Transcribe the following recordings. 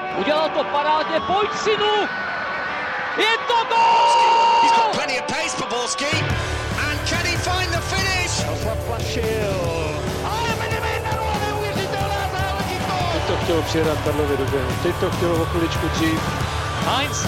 Udělal to parádně, pojď synu! Je to gól! He's got plenty of pace for Borski. And can he find the finish? Zaplašil. Ale Medvedev, neuvěřitelná záležitost! Teď to chtělo přijedat Karlově do běhu. Teď to chtělo o chviličku dřív. Heinz.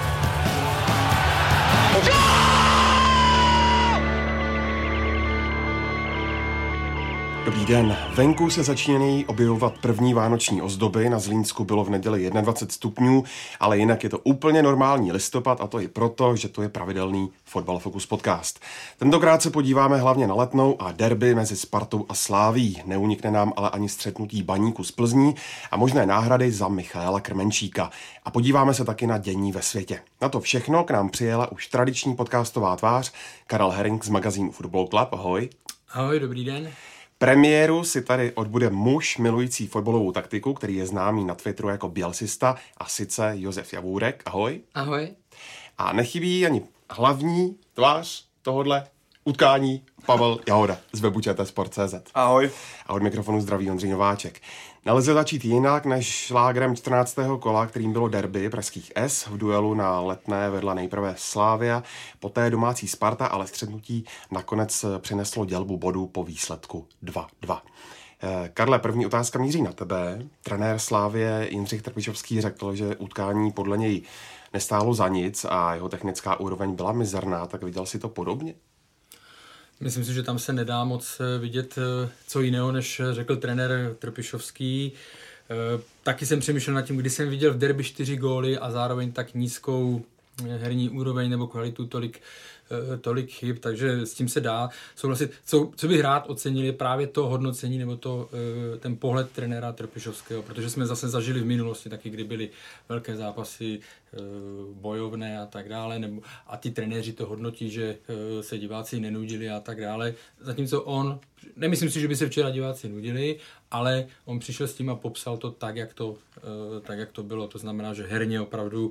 Dobrý den. Venku se začínají objevovat první vánoční ozdoby. Na Zlínsku bylo v neděli 21 stupňů, ale jinak je to úplně normální listopad a to i proto, že to je pravidelný Fotbal Focus podcast. Tentokrát se podíváme hlavně na Letnou a derby mezi Spartou a Slavií. Neunikne nám ale ani střetnutí Baníku z Plzní a možné náhrady za Michaela Krmenčíka. A podíváme se taky na dění ve světě. Na to všechno k nám přijela už tradiční podcastová tvář Karel Herring z magazínu Football Club. Ahoj. Ahoj, dobrý den. Premiéru si tady odbude muž milující fotbalovou taktiku, který je známý na Twitteru jako Bielsista, a sice Josef Javůrek. Ahoj. Ahoj. A nechybí ani hlavní tvář tohodle utkání Pavel Jahoda z webu ČT-sport.cz. Ahoj. A od mikrofonu zdraví Ondřej Nováček. Nelze začít jinak než šlágrem 14. kola, kterým bylo derby pražských S. V duelu na Letné vedla nejprve Slavia, poté domácí Sparta, ale střetnutí nakonec přineslo dělbu bodů po výsledku 2-2. Karle, první otázka míří na tebe. Trenér Slavie Jindřich Trpišovský řekl, že utkání podle něj nestálo za nic a jeho technická úroveň byla mizerná, tak viděl si to podobně? Myslím si, že tam se nedá moc vidět co jiného, než řekl trenér Trpišovský. Taky jsem přemýšlel nad tím, kdy jsem viděl v derby 4 góly a zároveň tak nízkou herní úroveň nebo kvalitu, tolik chyb, takže s tím se dá souhlasit. Co bych rád ocenil, je právě to hodnocení nebo ten pohled trenéra Trpišovského, protože jsme zase zažili v minulosti taky, kdy byly velké zápasy bojovné a tak dále, a ti trenéři to hodnotí, že se diváci nenudili a tak dále. Zatímco on, nemyslím si, že by se včera diváci nudili, ale on přišel s tím a popsal to tak, jak to bylo. To znamená, že herně opravdu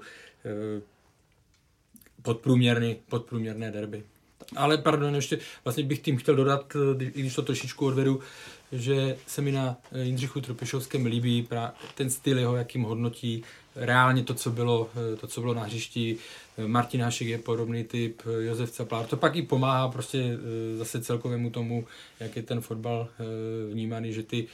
podprůměrné derby. Ale pardon, ještě vlastně bych tím chtěl dodat, i když to trošičku odvedu, že se mi na Jindřichu Trpišovském líbí ten styl jeho, jakým hodnotí reálně to, co bylo na hřišti. Martin Hašek je podobný typ, Josef Caplár. To pak i pomáhá prostě zase celkovému tomu, jak je ten fotbal vnímaný,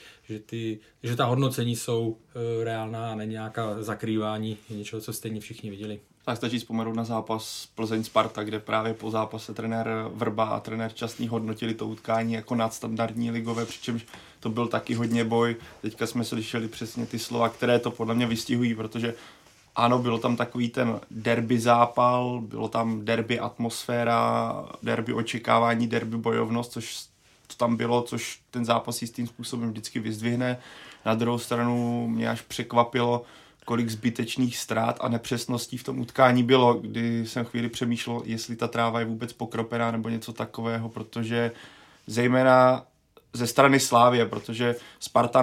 že ta hodnocení jsou reálná a není nějaká zakrývání něčeho, co stejně všichni viděli. Tak stačí vzpomenout na zápas Plzeň-Sparta, kde právě po zápase trenér Vrba a trenér Častný hodnotili to utkání jako nadstandardní ligové, přičemž to byl taky hodně boj. Teďka jsme slyšeli přesně ty slova, které to podle mě vystihují, protože ano, bylo tam takový ten derby zápal, bylo tam derby atmosféra, derby očekávání, derby bojovnost, což to tam bylo, což ten zápas jistým způsobem vždycky vyzdvihne. Na druhou stranu mě až překvapilo, kolik zbytečných ztrát a nepřesností v tom utkání bylo, kdy jsem chvíli přemýšlel, jestli ta tráva je vůbec pokropená nebo něco takového, protože zejména ze strany Slavie, protože Sparta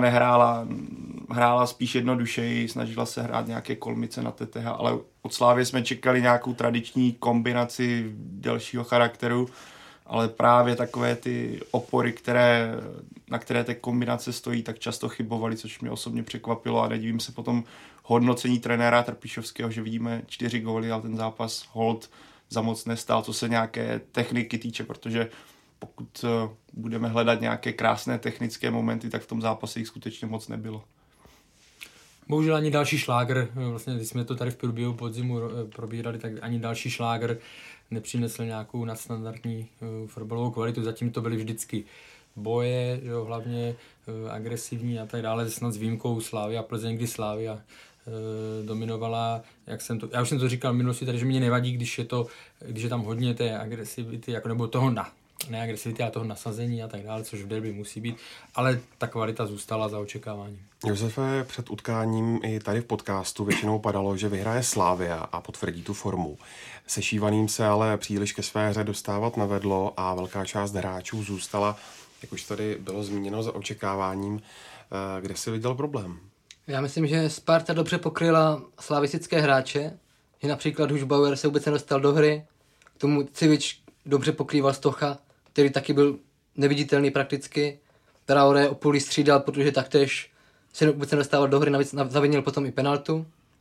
hrála spíš jednodušeji, snažila se hrát nějaké kolmice na TTH, ale od Slavie jsme čekali nějakou tradiční kombinaci delšího charakteru, ale právě takové ty opory, na které té kombinace stojí, tak často chybovaly, což mě osobně překvapilo a nedivím se potom hodnocení trenéra Trpišovského, že vidíme 4 góly, ale ten zápas hold za moc nestál, co se nějaké techniky týče, protože pokud budeme hledat nějaké krásné technické momenty, tak v tom zápase jich skutečně moc nebylo. Bohužel ani další šlágr, vlastně když jsme to tady v průběhu podzimu probírali, tak ani další šlágr nepřinesl nějakou nadstandardní fotbalovou kvalitu, zatím to byly vždycky boje, jo, hlavně agresivní a tak dále, snad s výjimkou Slavia a Plzeň, kdy Slavia dominovala, já už jsem to říkal v minulosti, takže mě nevadí, když je tam hodně té agresivity, jako nebo toho ne agresivity, ale toho nasazení a tak dále, což v derby musí být, ale ta kvalita zůstala za očekávání. Josefe, před utkáním i tady v podcastu většinou padalo, že vyhraje Slavia a potvrdí tu formu. Se Šívaným se ale příliš ke své hře dostávat nevedlo a velká část hráčů zůstala, jak už tady bylo zmíněno, za očekáváním. Kde jsi viděl problém? Já myslím, že Sparta dobře pokryla slavistické hráče, že například Hušbauer se vůbec nedostal do hry, k tomu Civič dobře pokrýval Stocha, který taky byl neviditelný prakticky. Traoré Opulí střídal, protože taktéž se vůbec nedostával do hry, navíc zavinil potom i penaltu.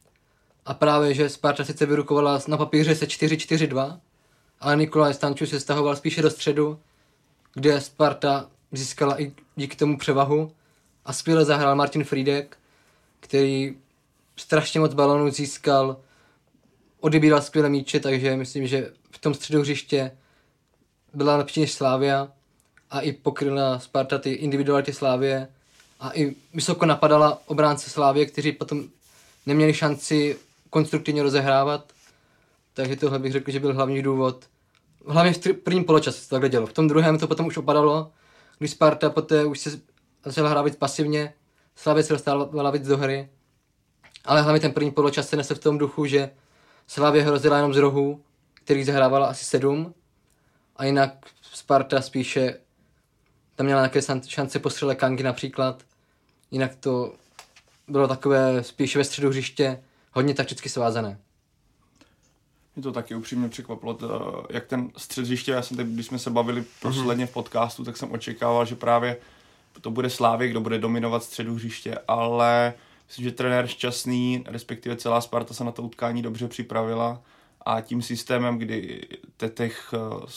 A právě, že Sparta sice vyrukovala na papíře se 4-4-2, ale Nikolaj Stanču se stahoval spíše do středu, kde Sparta získala i díky tomu převahu a skvěle zahrál Martin Friedek, který strašně moc balonů získal, odebíral skvěle míče, takže myslím, že v tom středu hřiště byla lepší než Slavia a i pokryla Sparta ty individuality Slavie a i vysoko napadala obránce Slavie, kteří potom neměli šanci konstruktivně rozehrávat, takže tohle bych řekl, že byl hlavní důvod. Hlavně v prvním poločase se to takhle dělo. V tom druhém to potom už opadalo, když Sparta poté už se začala hrát víc pasivně, Slavia se dostávala víc do hry, ale hlavně ten první poločas se nese v tom duchu, že Slavia hrozila jenom z rohů, kterých zahrávala asi 7, a jinak Sparta spíše tam měla nějaké šance po střele Kangy například, jinak to bylo takové spíše ve středu hřiště hodně takticky svázané. Mě to taky upřímně překvapilo, jak ten střed hřiště, já jsem teď, když jsme se bavili posledně v podcastu, tak jsem očekával, že právě to bude Slavia, kdo bude dominovat středu hřiště, ale myslím, že trenér Šťastný, respektive celá Sparta se na to utkání dobře připravila a tím systémem, kdy Tetech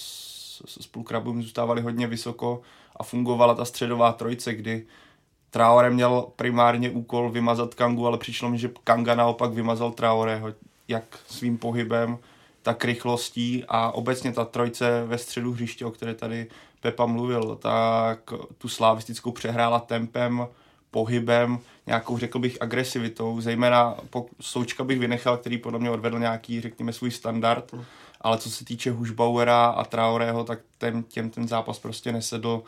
s Pulkrabům zůstávali hodně vysoko a fungovala ta středová trojice, kdy Traoré měl primárně úkol vymazat Kangu, ale přišlo mi, že Kanga naopak vymazal Traorého, jak svým pohybem, tak rychlostí a obecně ta trojice ve středu hřiště, o které tady Pepa mluvil, tak tu slavistickou přehrála tempem, pohybem, nějakou, řekl bych, agresivitou, zejména Součka bych vynechal, který podle mě odvedl nějaký, řekněme, svůj standard, ale co se týče Hušbauera a Traorého, tak těm ten zápas prostě nesedl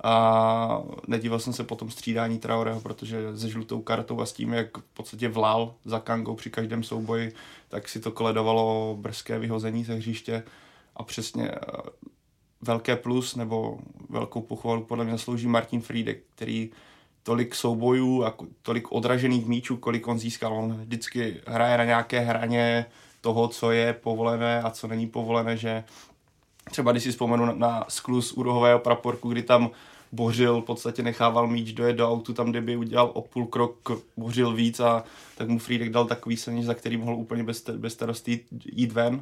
a nedíval jsem se po tom střídání Traorého, protože se žlutou kartou a s tím, jak v podstatě vlál za Kangou při každém souboji, tak si to koledovalo brzké vyhození ze hřiště a přesně velké plus nebo velkou pochvalu podle mě slouží Martin Friedek, který tolik soubojů a tolik odražených míčů, kolik on získal. On vždycky hraje na nějaké hraně toho, co je povolené a co není povolené, že třeba když si vzpomenu na skluz u rohového praporku, kdy tam bořil, v podstatě nechával míč dojet do autu, tam kde by udělal o půl krok, bořil víc a tak mu Friedek dal takový silnič, za který mohl úplně bez starosti jít ven.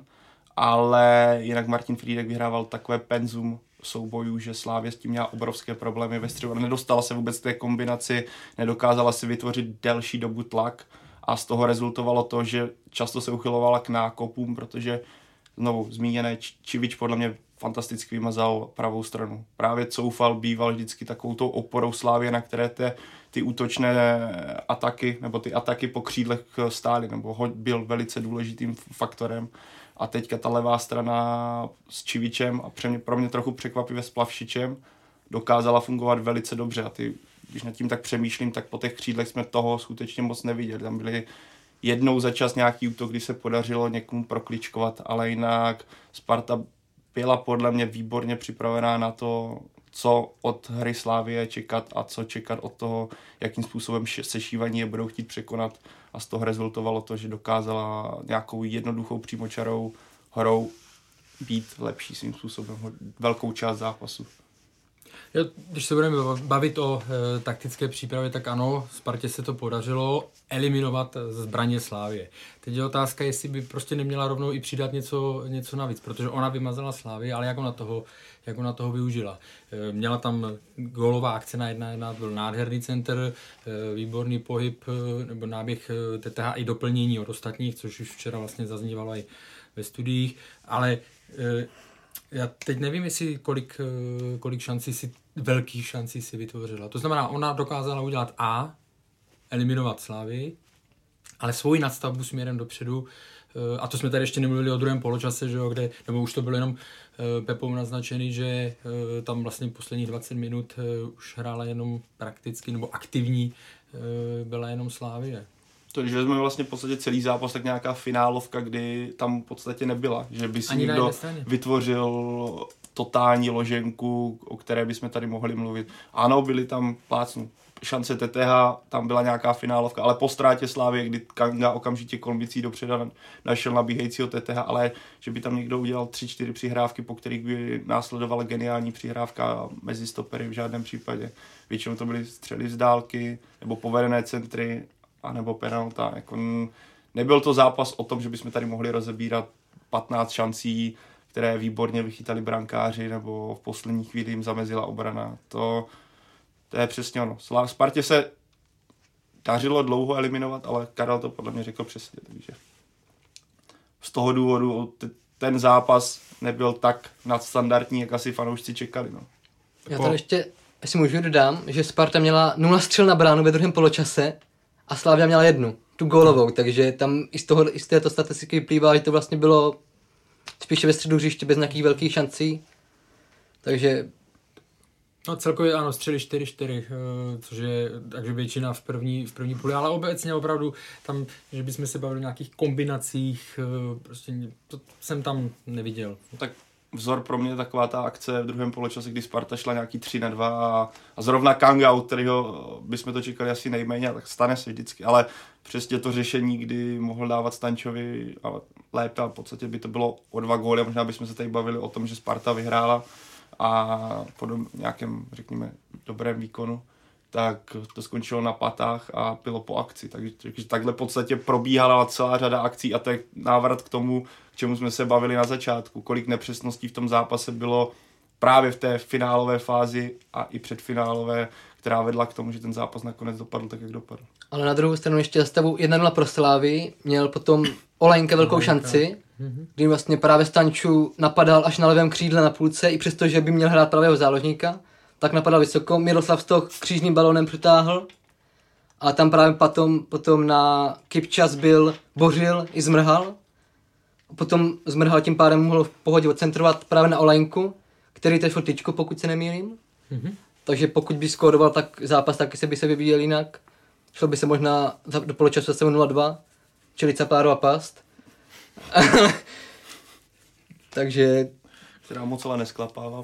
Ale jinak Martin Friedek vyhrával takové penzum soubojů, že Slavia s tím měla obrovské problémy ve středu. Nedostala se vůbec té kombinaci, nedokázala si vytvořit delší dobu tlak a z toho rezultovalo to, že často se uchylovala k nákopům, protože znovu zmíněné Čivič podle mě fantasticky vymazal pravou stranu. Právě Coufal býval vždycky takovou tou oporou Slavie, na které ty útočné ataky nebo ty ataky po křídlech stály, nebo byl velice důležitým faktorem. A teďka ta levá strana s Čivičem a pro mě trochu překvapivě s Plavšičem dokázala fungovat velice dobře. A když nad tím tak přemýšlím, tak po těch křídlech jsme toho skutečně moc neviděli. Tam byly jednou za čas nějaký útok, kdy se podařilo někomu prokličkovat, ale jinak Sparta byla podle mě výborně připravená na to, co od hry Slavie čekat a co čekat od toho, jakým způsobem sešívaní je budou chtít překonat. A z toho rezultovalo to, že dokázala nějakou jednoduchou přímočarou hrou být lepší svým způsobem velkou část zápasu. Když se budeme bavit o taktické přípravě, tak ano, Spartě se to podařilo eliminovat zbraně Slavie. Teď je otázka, jestli by prostě neměla rovnou i přidat něco navíc, protože ona vymazala Slavii, ale jak ona toho využila. Měla tam gólová akce na 1-1, byl nádherný center, výborný pohyb nebo náběh TTH i doplnění od ostatních, což už včera vlastně zaznívalo i ve studiích, ale já teď nevím, jestli kolik velkých šancí si vytvořila. To znamená, ona dokázala udělat eliminovat Slavii, ale svoji nadstavbu směrem dopředu, a to jsme tady ještě nemluvili o druhém poločase, že jo, nebo už to bylo jenom Pepou naznačený, že tam vlastně posledních 20 minut už hrála jenom prakticky, nebo aktivní byla jenom Slavie. To, když vezmeme vlastně v podstatě celý zápas, tak nějaká finálovka, kdy tam v podstatě nebyla. Že by si někdo vytvořil totální loženku, o které bychom tady mohli mluvit. Ano, byly tam šance TTH, tam byla nějaká finálovka, ale po ztrátě Slavie, kdy Kanga okamžitě kolbicí dopředu našel nabíhajícího TTH, ale že by tam někdo udělal 3-4 přihrávky, po kterých by následovala geniální přihrávka mezi stopery v žádném případě. Většinou to byly střely z dálky, nebo povedené centry, anebo penalta. Jako nebyl to zápas o tom, že bychom tady mohli rozebírat 15 šancí, které výborně vychytali brankáři, nebo v poslední chvíli jim zamezila obrana. To je přesně ono. Spartě se dařilo dlouho eliminovat, ale Karel to podle mě řekl přesně. Takže z toho důvodu ten zápas nebyl tak nadstandardní, jak asi fanoušci čekali. No. Já tady ještě, jestli můžu dodám, že Sparta měla 0 střel na bránu ve druhém poločase a Slavia měla 1, tu gólovou, takže tam i z této statistiky vyplývá, že to vlastně bylo spíše ve středu hřiště bez nějakých velkých šancí, takže... No celkově ano, střeli 4-4, což je takže většina v první půli, ale obecně opravdu tam, že bychom se bavili o nějakých kombinacích, prostě to jsem tam neviděl. Tak vzor pro mě taková ta akce v druhém poločase, kdy Sparta šla nějaký 3-2 a zrovna Kangau, kterýho bychom to čekali asi nejméně, tak stane se vždycky, ale přesně to řešení, kdy mohl dávat Stančovi ale lépe a v podstatě by to bylo o 2 góly, možná bychom se tady bavili o tom, že Sparta vyhrála a po nějakém, řekněme, dobrém výkonu, tak to skončilo na patách a bylo po akci. Takže takhle v podstatě probíhala celá řada akcí a to je návrat k tomu, k čemu jsme se bavili na začátku. Kolik nepřesností v tom zápase bylo právě v té finálové fázi a i předfinálové, která vedla k tomu, že ten zápas nakonec dopadl tak, jak dopadl. Ale na druhou stranu ještě za stavu 1-0 pro Slávii měl potom Olajnka velkou šanci, kdy vlastně právě Stanču napadal až na levém křídle na půlce, i přesto, že by měl hrát pravého záložníka, tak napadal vysoko, Miroslav z toho křížným balónem přitáhl a tam právě potom na Kypčas byl Bořil i Zmrhal. Potom Zmrhal tím pádem mohl v pohodě odcentrovat právě na Olajnku, který trefil tyčku, pokud se nemýlím. Takže pokud by skóroval, tak zápas taky by se vyvíjel jinak. Šlo by se možná do poločasu 7-0-2, čili Capárova past. Takže... Která moc ale nesklapává.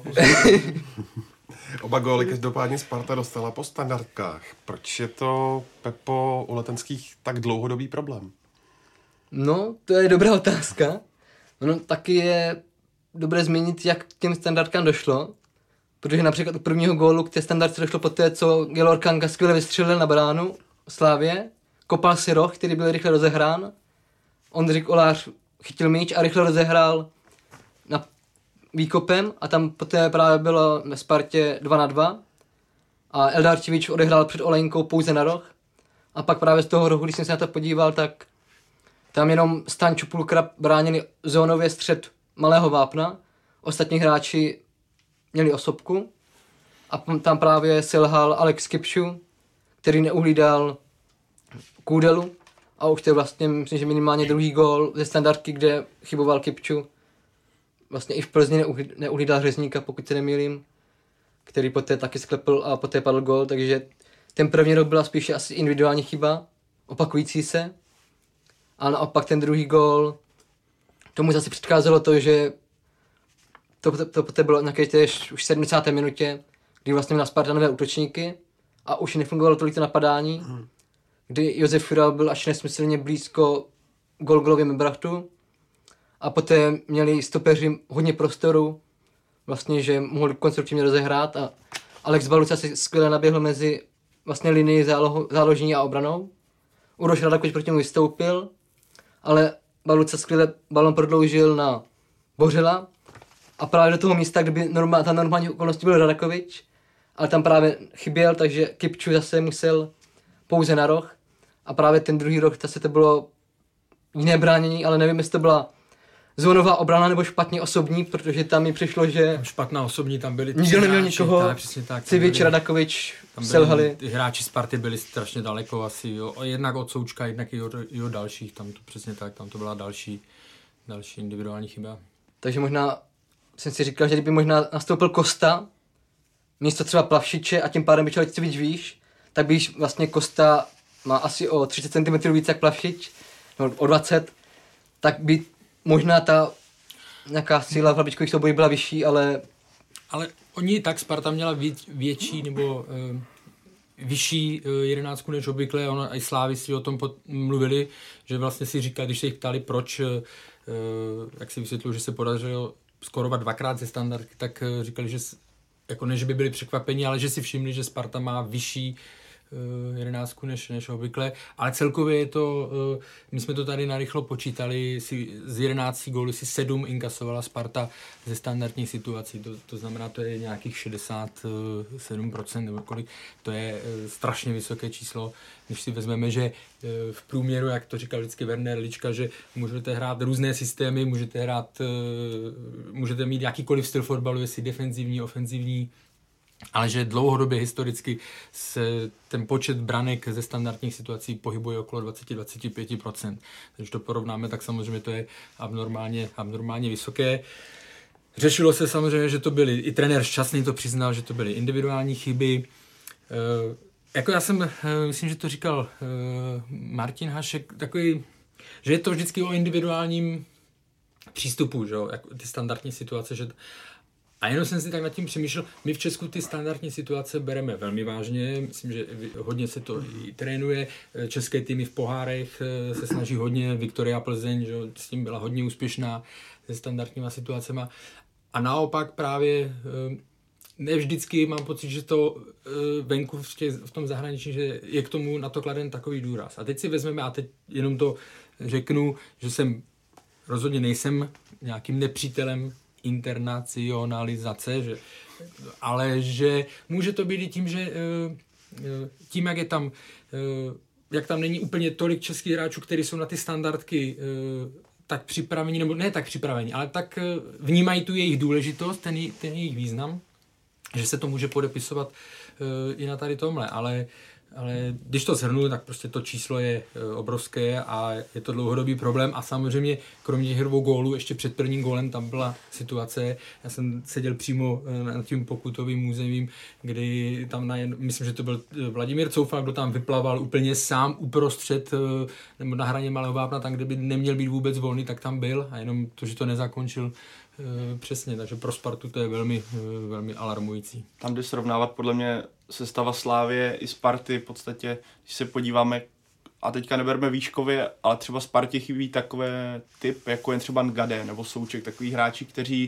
Oba góly každopádně Sparta dostala po standardkách. Proč je to, Pepo, u Letenských tak dlouhodobý problém? No, to je dobrá otázka. No, taky je dobré zmínit, jak k těm standardkám došlo. Protože například u prvního gólu k té standardce došlo poté, co Gelor Kanga skvěle vystřelil na bránu Slávě. Kopal si roh, který byl rychle rozehrán. Ondřej Kolář chytil míč a rychle rozehrál na výkopem a tam poté právě bylo ve Spartě 2-2 a Eldar Čivič odehrál před Olejnkou pouze na roh a pak právě z toho rohu, když jsem se na to podíval, tak tam jenom Stanču Pulkra bránili zónově střed malého vápna, ostatní hráči měli osobku a tam právě selhal Alex Kipšu, který neuhlídal Kůdelu a už to je vlastně, myslím, že minimálně druhý gól ze standardky, kde chyboval Kipču. Vlastně i v Plzni neuhlídal Hřezníka, pokud se nemýlím, který poté taky sklepl a poté padl gól, takže ten první rok byla spíše asi individuální chyba, opakující se. A naopak ten druhý gól, tomu zase předcházelo to, že to poté bylo nějaké už v 70. minutě, kdy vlastně měla Sparta nové útočníky a už nefungovalo tolik to napadání, kdy Josef Jural byl až nesmyslně blízko golovým brachtu a poté měli stopeři hodně prostoru, vlastně, že mohli konstruktivně rozehrát a Alex Baluca si skvěle naběhl mezi vlastně linii záložní a obranou. Uroš Radakovič proti němu vystoupil, ale Baluca skvěle balon prodloužil na Bořila a právě do toho místa, kde by ta normální okolnosti byl Radakovič, ale tam právě chyběl, takže Kipču zase musel pouze na roh a právě ten druhý roh, zase to bylo jiné bránění, ale nevím, jestli to byla zónová obrana nebo špatně osobní, protože tam mi přišlo, že... Špatná osobní, tam byli... Nikdo neměl nikoho, Civič, Radakovič selhali. Ty hráči Sparty byli strašně daleko asi, jo. Jednak od Součka, jednak i od dalších, tam to přesně tak, tam to byla další individuální chyba. Takže možná jsem si říkal, že kdyby možná nastoupil Kosta, místo třeba Plavšiče a tím pádem by šel Civič výš, tak by vlastně Kosta má asi o 30 cm víc jak Plavšič, no o 20, tak by možná ta nějaká síla v hlavičkových soubojích byla vyšší, ale... Ale oni tak Sparta měla větší nebo vyšší jedenáctku než obvykle, a i Slávisti o tom mluvili, že vlastně si říkali, když se jich ptali, proč, jak si vysvětlil, že se podařilo skórovat dvakrát ze standardky, tak říkali, že jako ne, že by byli překvapeni, ale že si všimli, že Sparta má vyšší jedenáctku než obvykle, ale celkově je to, my jsme to tady narychlo počítali, z 11 gólů si 7 inkasovala Sparta ze standardních situací, to znamená, to je nějakých 67% nebo kolik, to je strašně vysoké číslo, když si vezmeme, že v průměru, jak to říkal vždycky Werner Lička, že můžete hrát různé systémy, můžete mít jakýkoliv styl fotbalu, jestli defenzivní, ofenzivní, ale že dlouhodobě historicky se ten počet branek ze standardních situací pohybuje okolo 20-25%. Když to porovnáme, tak samozřejmě to je abnormálně vysoké. Řešilo se samozřejmě, že to byly, i trenér Šťastný to přiznal, že to byly individuální chyby. Jako já jsem, myslím, že to říkal Martin Hašek, takový, že je to vždycky o individuálním přístupu, že jo, jako ty standardní situace, že a jenom jsem si tak nad tím přemýšlel, my v Česku ty standardní situace bereme velmi vážně, myslím, že hodně se to i trénuje, české týmy v pohárech se snaží hodně, Viktoria Plzeň, že s tím byla hodně úspěšná se standardníma situacema a naopak právě ne vždycky mám pocit, že to venku v tom zahraničí, že je k tomu na to kladen takový důraz. A teď si vezmeme, a teď jenom to řeknu, že rozhodně nejsem nějakým nepřítelem internacionalizace, ale že může to být i tím, že tím, jak tam není úplně tolik českých hráčů, kteří jsou na ty standardky tak připraveni, nebo ne tak připraveni, ale tak vnímají tu jejich důležitost, ten jejich význam, že se to může podepisovat i na tady tomhle, ale když to shrnu, tak prostě to číslo je obrovské a je to dlouhodobý problém a samozřejmě kromě těch 2 gólů, ještě před prvním gólem tam byla situace, já jsem seděl přímo nad tím pokutovým územím, kdy tam myslím, že to byl Vladimír Coufal, kdo tam vyplaval úplně sám uprostřed nebo na hraně malého vápna, tam, kde by neměl být vůbec volný, tak tam byl a jenom to, že to nezakončil přesně, takže pro Spartu to je velmi, velmi alarmující. Tam jde srovnávat podle mě sestava Slávie i Sparty v podstatě, když se podíváme, a teďka neberme výškově, ale třeba Spartě chybí takové typ, jako je třeba Ngade nebo Souček, takový hráči,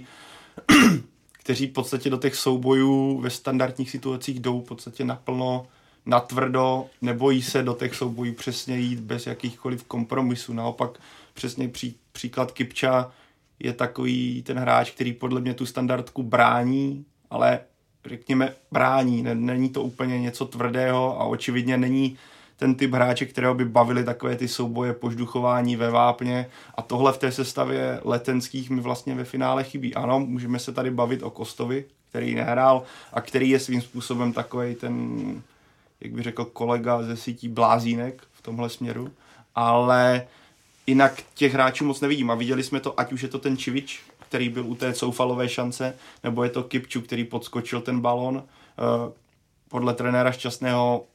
kteří v podstatě do těch soubojů ve standardních situacích jdou v podstatě naplno, natvrdo, nebojí se do těch soubojů přesně jít bez jakýchkoliv kompromisů. Naopak přesně příklad Kipča je takový ten hráč, který podle mě tu standardku brání, ale řekněme brání, není to úplně něco tvrdého a očividně není ten typ hráče, kterého by bavili takové ty souboje, požduchování ve vápně a tohle v té sestavě Letenských mi vlastně ve finále chybí. Ano, můžeme se tady bavit o Kostovi, který nehrál a který je svým způsobem takovej ten, jak by řekl kolega ze sítí blázínek v tomhle směru, ale jinak těch hráčů moc nevidím a viděli jsme to, ať už je to ten Čivič, který byl u té Coufalové šance, nebo je to Kipču, který podskočil ten balon. Podle trenéra Šťastného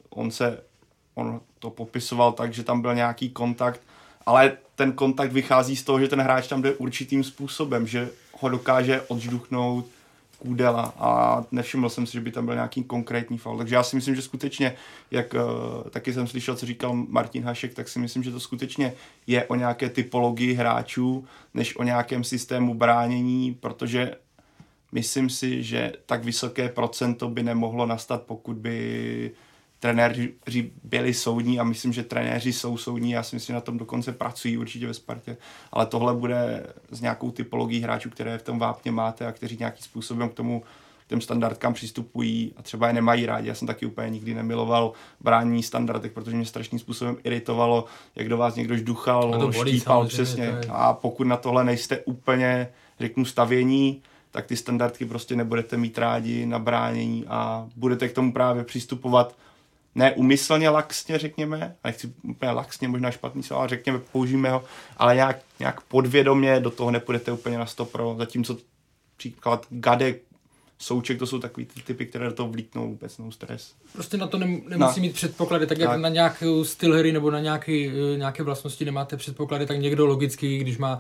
on to popisoval tak, že tam byl nějaký kontakt, ale ten kontakt vychází z toho, že ten hráč tam jde určitým způsobem, že ho dokáže odžduchnout Kůdela a nevšiml jsem si, že by tam byl nějaký konkrétní faul. Takže já si myslím, že skutečně, jak taky jsem slyšel, co říkal Martin Hašek, tak si myslím, že to skutečně je o nějaké typologii hráčů, než o nějakém systému bránění, protože myslím si, že tak vysoké procento by nemohlo nastat, pokud by trenéři byli soudní a myslím, že trenéři jsou soudní, já si myslím, že na tom dokonce pracují určitě ve Spartě, ale tohle bude s nějakou typologií hráčů, které v tom vápně máte a kteří nějakým způsobem k těm standardkám přistupují a třeba je nemají rádi. Já jsem taky úplně nikdy nemiloval bránění standardek, protože mě strašným způsobem iritovalo, jak do vás někdo žduchal, štípal přesně. A pokud na tohle nejste úplně, řeknu, stavění, tak ty standardky prostě nebudete mít rádi na bránění a budete k tomu právě přistupovat ne umyslně laxně, řekněme, nechci úplně laxně, možná špatný slovo, ale řekněme, použijeme ho, ale nějak podvědomě do toho nepůjdete úplně na 100%, zatímco příklad Gade, Souček, to jsou takový ty typy, které do toho vlítnou vůbec, no stres. Prostě na to nemusí mít předpoklady, tak jak na nějakou styl hry nebo na nějaké vlastnosti nemáte předpoklady, tak někdo logicky, když má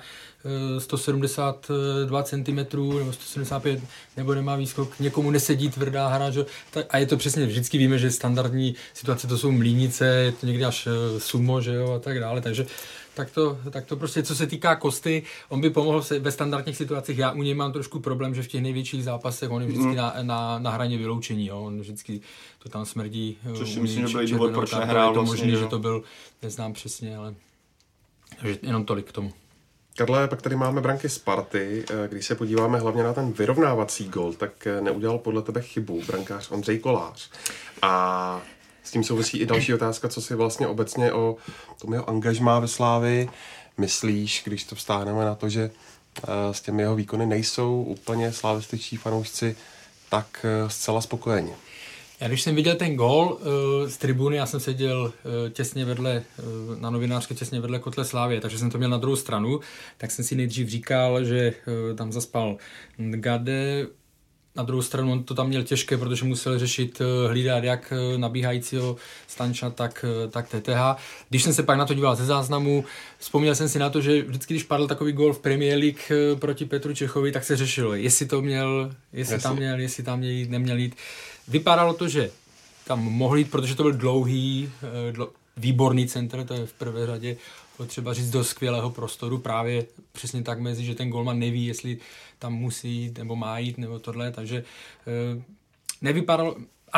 172 cm nebo 175 nebo nemá výskok, někomu nesedí tvrdá hra, že? A je to přesně, vždycky víme, že standardní situace to jsou mlínice, je to někdy až sumo, že jo, a tak dále, takže Tak to prostě, co se týká Kosty, on by pomohl ve standardních situacích. Já u něj mám trošku problém, že v těch největších zápasech on je vždycky na hraně vyloučení. Jo? On vždycky to tam smrdí. Což si myslím, že byl důvod, proč nehrál. Je to možný, že to byl, neznám přesně, ale jenom tolik k tomu. Karle, pak tady máme branky Sparty. Když se podíváme hlavně na ten vyrovnávací gol, tak neudělal podle tebe chybu brankář Ondřej Kolář. A s tím souvisí i další otázka, co si vlastně obecně o tom jeho angažmá ve Slávii myslíš, když to vztáhneme na to, že s těmi jeho výkony nejsou úplně slavističtí fanoušci tak zcela spokojeni. Já když jsem viděl ten gól z tribuny, já jsem seděl těsně vedle, na novinářské těsně vedle kotle Slávie, takže jsem to měl na druhou stranu, tak jsem si nejdřív říkal, že tam zaspal Gade. Na druhou stranu on to tam měl těžké, protože musel řešit, hlídat jak nabíhajícího Stanča, tak TTH. Když jsem se pak na to díval ze záznamu, vzpomněl jsem si na to, že vždycky, když padl takový gól v Premier League proti Petru Čechovi, tak se řešilo, jestli tam měl, neměl jít. Vypadalo to, že tam mohl jít, protože to byl dlouhý, výborný centr, to je v prvé řadě potřeba říct, do skvělého prostoru, právě přesně tak mezi, že ten golman neví, jestli tam musí jít, nebo má jít, nebo tohle, takže nevypadalo,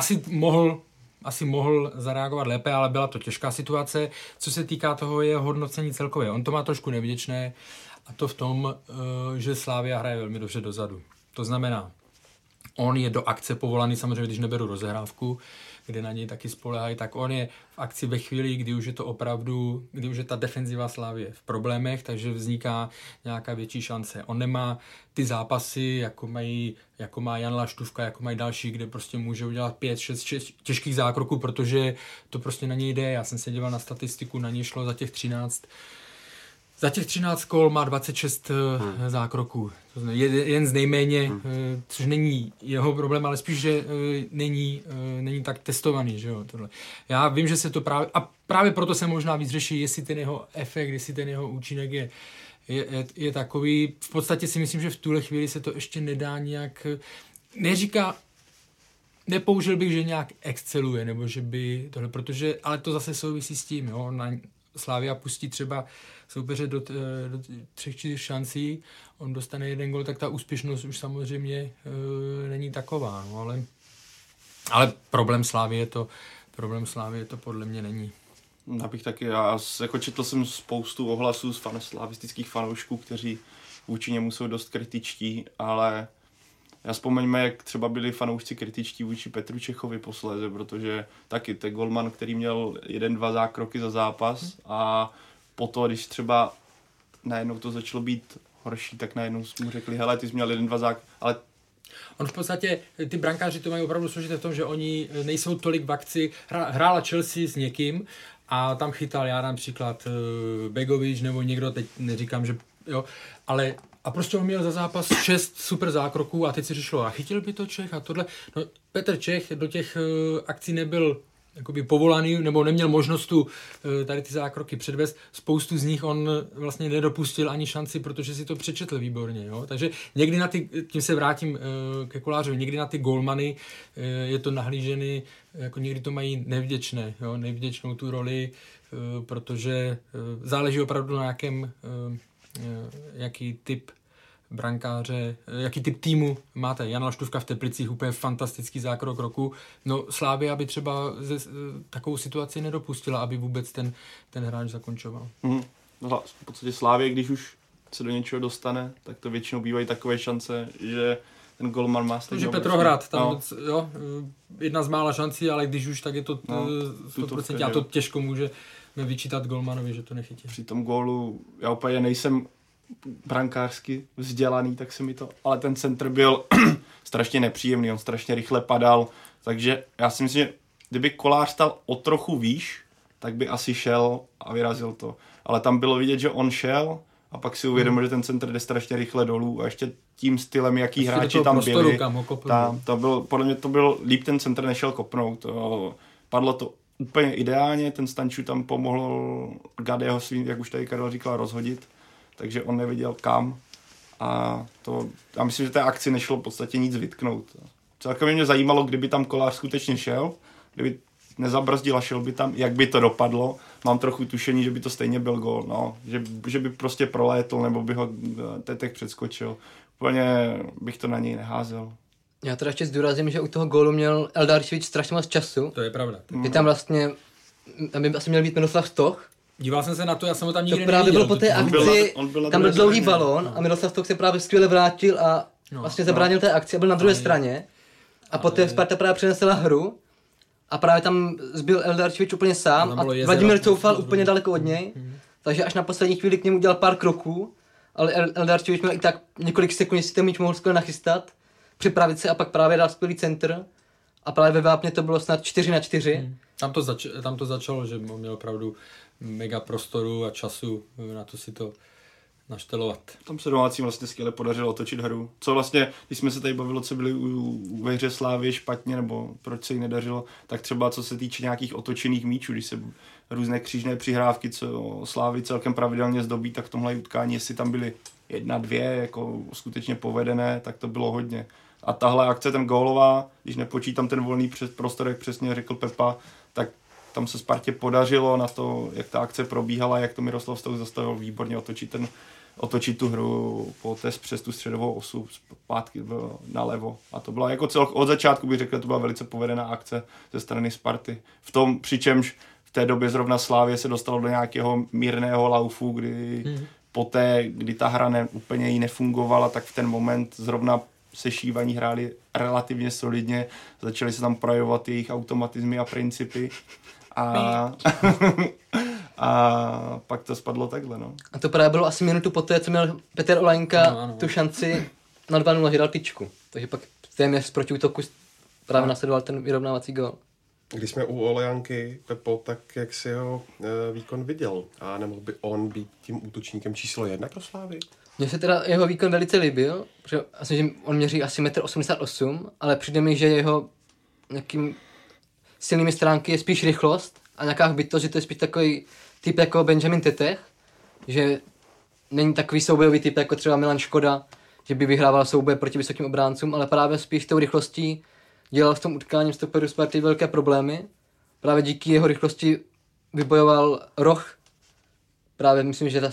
asi mohl zareagovat lépe, ale byla to těžká situace. Co se týká toho jeho hodnocení celkově, on to má trošku nevděčné, a to v tom, že Slavia hraje velmi dobře dozadu. To znamená, on je do akce povolaný, samozřejmě, když neberu rozehrávku, kde na něj taky spolehají, tak on je v akci ve chvíli, kdy už je to opravdu, kdy už je ta defenziva Slavie v problémech, takže vzniká nějaká větší šance. On nemá ty zápasy, jako má Jan Laštůvka, jako mají další, kde prostě může udělat 5-6 těžkých zákroků, protože to prostě na něj jde. Já jsem se díval na statistiku, na něj šlo za těch 13 kol má 26 zákroků. To znamená, jeden z nejméně, což není jeho problém, ale spíš, že není tak testovaný. Že jo, tohle. Já vím, že se to právě proto se možná víc řeší, jestli ten jeho efekt, jestli ten jeho účinek je takový. V podstatě si myslím, že v tuhle chvíli se to ještě nedá nějak, nepoužil bych, že nějak exceluje, nebo že by tohle, protože, ale to zase souvisí s tím, jo, Slavia pustí třeba soupeře do 3-4 šancí, on dostane jeden gol, tak ta úspěšnost už samozřejmě není taková, no, ale problém Slavie to podle mě není. Abych taky, já jako četl jsem spoustu ohlasů z slavistických fanoušků, kteří vůči němu jsou dost kritičtí, ale já vzpomeňme, jak třeba byli fanoušci kritičtí vůči Petru Čechovi posléze, protože taky ten golman, který měl 1-2 zákroky za zápas a potom, když třeba najednou to začalo být horší, tak najednou mu řekli, hele, ty jsi měl 1-2 zákroky, ale on v podstatě, ty brankáři to mají opravdu složité v tom, že oni nejsou tolik v akci. Hrála Chelsea s někým a tam chytal, já dám příklad Begovič nebo někdo, teď neříkám, že jo, ale a prostě on měl za zápas 6 super zákroků a teď si řešilo, a chytil by to Čech a tohle. No, Petr Čech do těch akcí nebyl jakoby povolaný, nebo neměl možnost tady ty zákroky předvést. Spoustu z nich on vlastně nedopustil ani šanci, protože si to přečetl výborně. Jo? Takže někdy tím se vrátím ke Kolářovi, někdy na ty golmany je to nahlížený, jako někdy to mají nevděčné, jo? Nevděčnou tu roli, protože záleží opravdu na jaký typ brankáře, jaký typ týmu máte. Jan Laštůvka v Teplicích, úplně fantastický zákrok roku. No Slavia by třeba takovou situaci nedopustila, aby vůbec ten hráč zakončoval. No, v podstatě Slavie, když už se do něčeho dostane, tak to většinou bývají takové šance, že ten golman má stejně. Takže Petrohrad, tam jo, jedna z mála šancí, ale když už, tak je to 100%, a to těžko může vyčítat golmanovi, že to nechytí. Při tom gólu, já úplně nejsem brankářsky vzdělaný, tak se mi to, ale ten centr byl strašně nepříjemný, on strašně rychle padal, takže já si myslím, že kdyby Kolář stal o trochu výš, tak by asi šel a vyrazil to. Ale tam bylo vidět, že on šel a pak si uvědomil, že ten centr jde strašně rychle dolů a ještě tím stylem, jaký hráči tam byli. To bylo, podle mě to byl líp, ten centr nešel kopnout. Padlo to úplně ideálně, ten Stanču tam pomohl Gadeho svým, jak už tady Karel říkal, rozhodit, takže on nevěděl kam a já myslím, že té akci nešlo v podstatě nic vytknout. Celkem mě zajímalo, kdyby tam Kolář skutečně šel, kdyby nezabrzdil a šel by tam, jak by to dopadlo. Mám trochu tušení, že by to stejně byl gól, no. Že by prostě prolétl, nebo by ho Tetek předskočil. Úplně bych to na něj neházel. Já teda ještě zdůrazním, že u toho gólu měl Eldarčevič strašně moc času. To je pravda. Je tam vlastně, tam by asi měl být Miroslav Stoch. Díval jsem se na to, já jsem ho tam To nikdy právě neviděl. bylo po té akci, tam byl dlouhý balón a Miroslav Stoch se právě skvěle vrátil a vlastně zabránil té akci a byl na druhé straně. A poté Sparta právě přinesla hru a právě tam zbyl Eldarčevič úplně sám a Vladimír Coufal úplně daleko od něj. Takže až na poslední chvíli k němu udělal pár kroků, ale Eldarčevič měl i tak několik sekund, jestli ten míč mohl skvěle nachystat, připravit se a pak právě dal skvělý centr. A právě ve Vápně to bylo snad 4-4. Tam to začalo, že měl opravdu mega prostoru a času na to si to naštelovat. Tam se domácím vlastně skvěle podařilo otočit hru. Co vlastně, když jsme se tady bavili, co byli ve hře Slávy špatně, nebo proč se jí nedařilo, tak třeba co se týče nějakých otočených míčů, když se různé křížné přihrávky, co Slávy celkem pravidelně zdobí, tak v tomhle utkání, jestli tam byly 1-2 jako skutečně povedené, tak to bylo hodně. A tahle akce, ten gólová, když nepočítám ten volný prostor, jak přesně řekl Pepa, tak tam se Spartě podařilo na to, jak ta akce probíhala, jak to Miroslav Stoch zastavil výborně otočit tu hru přes tu středovou osu zpátky nalevo. A to byla jako od začátku bych řekl, to byla velice povedená akce ze strany Sparty. V tom, přičemž v té době zrovna Slávě se dostalo do nějakého mírného laufu, kdy poté, kdy ta hra úplně jí nefungovala, tak v ten moment zrovna sešívaní hráli relativně solidně, začaly se tam projevovat jejich automatizmy a principy a pak to spadlo takhle, no. A to právě bylo asi minutu poté, co měl Petr Olajnka tu šanci na 2-0, že dal tyčku. Takže pak téměř z protiútoku právě nasledoval ten vyrovnávací gól. Když jsme u Olejanky, Pepo, tak jak si jeho výkon viděl? A nemohl by on být tím útočníkem číslo 1 pro Slávy? Mně se teda jeho výkon velice líbil, protože asi, že on měří asi 1,88 m, ale přijde mi, že jeho nějakým silnými stránky je spíš rychlost a nějaká hbitost, že to je spíš takový typ jako Benjamin Tetech, že není takový soubojový typ jako třeba Milan Škoda, že by vyhrával souboje proti vysokým obráncům, ale právě spíš tou rychlostí dělal v tom utkání stoperu Sparty velké problémy. Právě díky jeho rychlosti vybojoval roh, právě myslím, že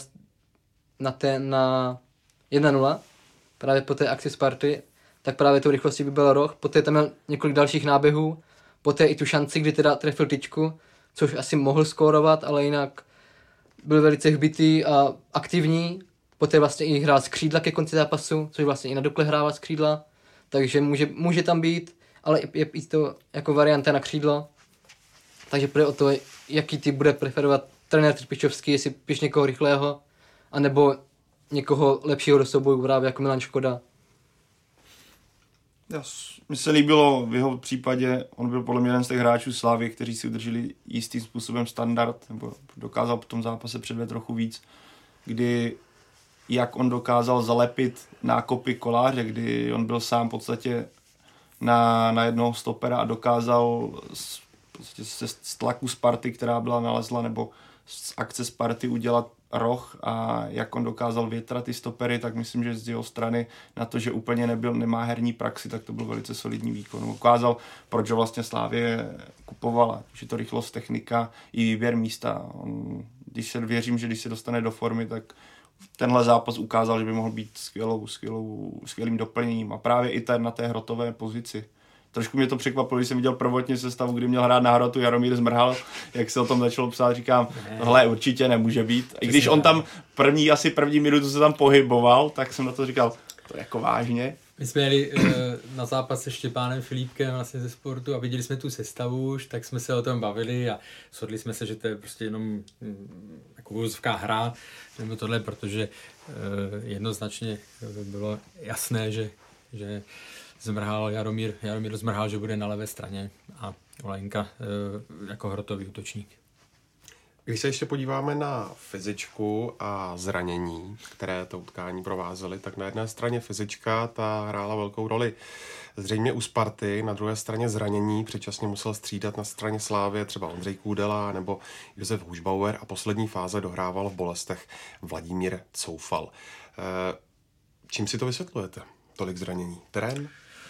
na 1-0, právě po té akci Sparty, tak právě tou rychlostí vybojoval roh, poté tam měl několik dalších náběhů, poté i tu šanci, kdy teda trefil tyčku, což asi mohl skórovat, ale jinak byl velice hbitý a aktivní, poté vlastně i hrál z křídla ke konci zápasu, což vlastně i na Dukle hrával z křídla, takže může tam být, ale je i to jako varianta na křídlo, takže půjde o to, jaký typ bude preferovat trenér Trpišovský, jestli píš někoho rychlého, anebo někoho lepšího do souboju, právě jako Milan Škoda. Mně se líbilo v jeho případě, on byl podle mě jeden z těch hráčů Slávy, kteří si udrželi jistým způsobem standard, nebo dokázal v tom zápase předvést trochu víc, kdy jak on dokázal zalepit nákopy Koláře, kdy on byl sám v podstatě na jednoho stopera a dokázal z tlaku Sparty, která byla nalezla, nebo z akce Sparty udělat roh a jak on dokázal větrat ty stopery, tak myslím, že z jeho strany na to, že úplně nemá herní praxi, tak to byl velice solidní výkon. Ukázal, proč ho vlastně Slávě kupovala, že to rychlost, technika i výběr místa. Věřím, že když se dostane do formy, tak tenhle zápas ukázal, že by mohl být skvělým doplněním a právě i na té hrotové pozici. Trošku mě to překvapilo, když jsem viděl prvotně sestavu, kdy měl hrát na hrotu Jaromír Zmrhal, jak se o tom začalo psát, říkám, tohle určitě nemůže být. I když on tam první minutu se tam pohyboval, tak jsem na to říkal, to je jako vážně. My jsme jeli na zápas se Štěpánem Filipkem vlastně ze Sportu a viděli jsme tu sestavu už, tak jsme se o tom bavili a shodli jsme se, že to je prostě jenom jako vůzovká hra, nebo tohle, protože jednoznačně bylo jasné, že Jaromír Zmrhal, že bude na levé straně a Olajnka jako hrotový útočník. Když se ještě podíváme na fyzičku a zranění, které to utkání provázely, tak na jedné straně fyzička, ta hrála velkou roli zřejmě u Sparty, na druhé straně zranění, předčasně musel střídat na straně Slávy třeba Ondřej Kůdela nebo Josef Hušbauer a poslední fáze dohrával v bolestech Vladimír Coufal. Čím si to vysvětlujete? Tolik zranění? Terén?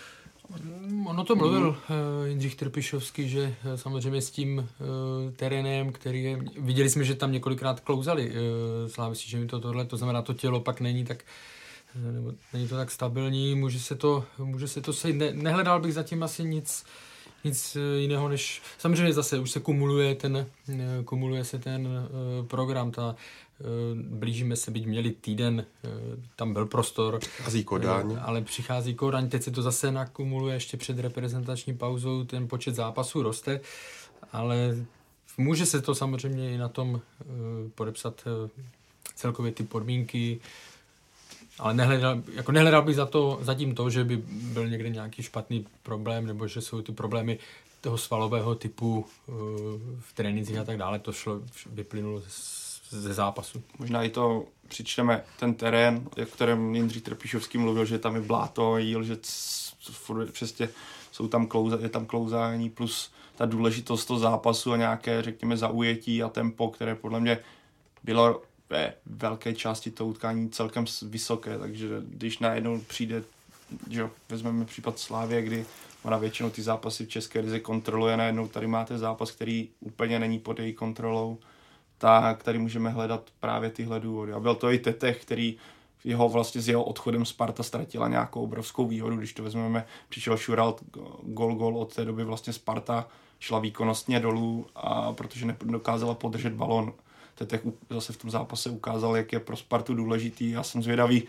Ono to mluvil Jindřich Trpišovský, že samozřejmě s tím terénem, který je, viděli jsme, že tam několikrát klouzali Slávisti, že mi to znamená, to tělo pak není tak, nebo není to tak stabilní, může se to sejít. Nehledal bych zatím asi nic jiného, než samozřejmě zase už se kumuluje se ten program, blížíme se, byť měli týden, tam byl prostor. Přichází Kodaň. Ale přichází Kodaň, teď se to zase nakumuluje ještě před reprezentační pauzou, ten počet zápasů roste, ale může se to samozřejmě i na tom podepsat celkově ty podmínky, ale nehledal bych zatím to, že by byl někde nějaký špatný problém, nebo že jsou ty problémy toho svalového typu v trénincích a tak dále, to vyplynulo ze zápasu. Možná i to přičteme ten terén, o kterém Jindřich Trpišovský mluvil, že tam je bláto, jíl, že přesně je tam klouzání plus ta důležitost toho zápasu a nějaké, řekněme, zaujetí a tempo, které podle mě bylo ve velké části toho utkání celkem vysoké, takže když najednou přijde, že vezmeme případ Slávie, kdy ona většinou ty zápasy v české lize kontroluje, najednou tady máte zápas, který úplně není pod její kontrolou, tak tady můžeme hledat právě tyhle důvody. A byl to i Tetech, který s jeho odchodem Sparta ztratila nějakou obrovskou výhodu, když to vezmeme, přišel Šural, gol, od té doby vlastně Sparta šla výkonnostně dolů, a protože nedokázala podržet balon. Tetech zase v tom zápase ukázal, jak je pro Spartu důležitý. Já jsem zvědavý,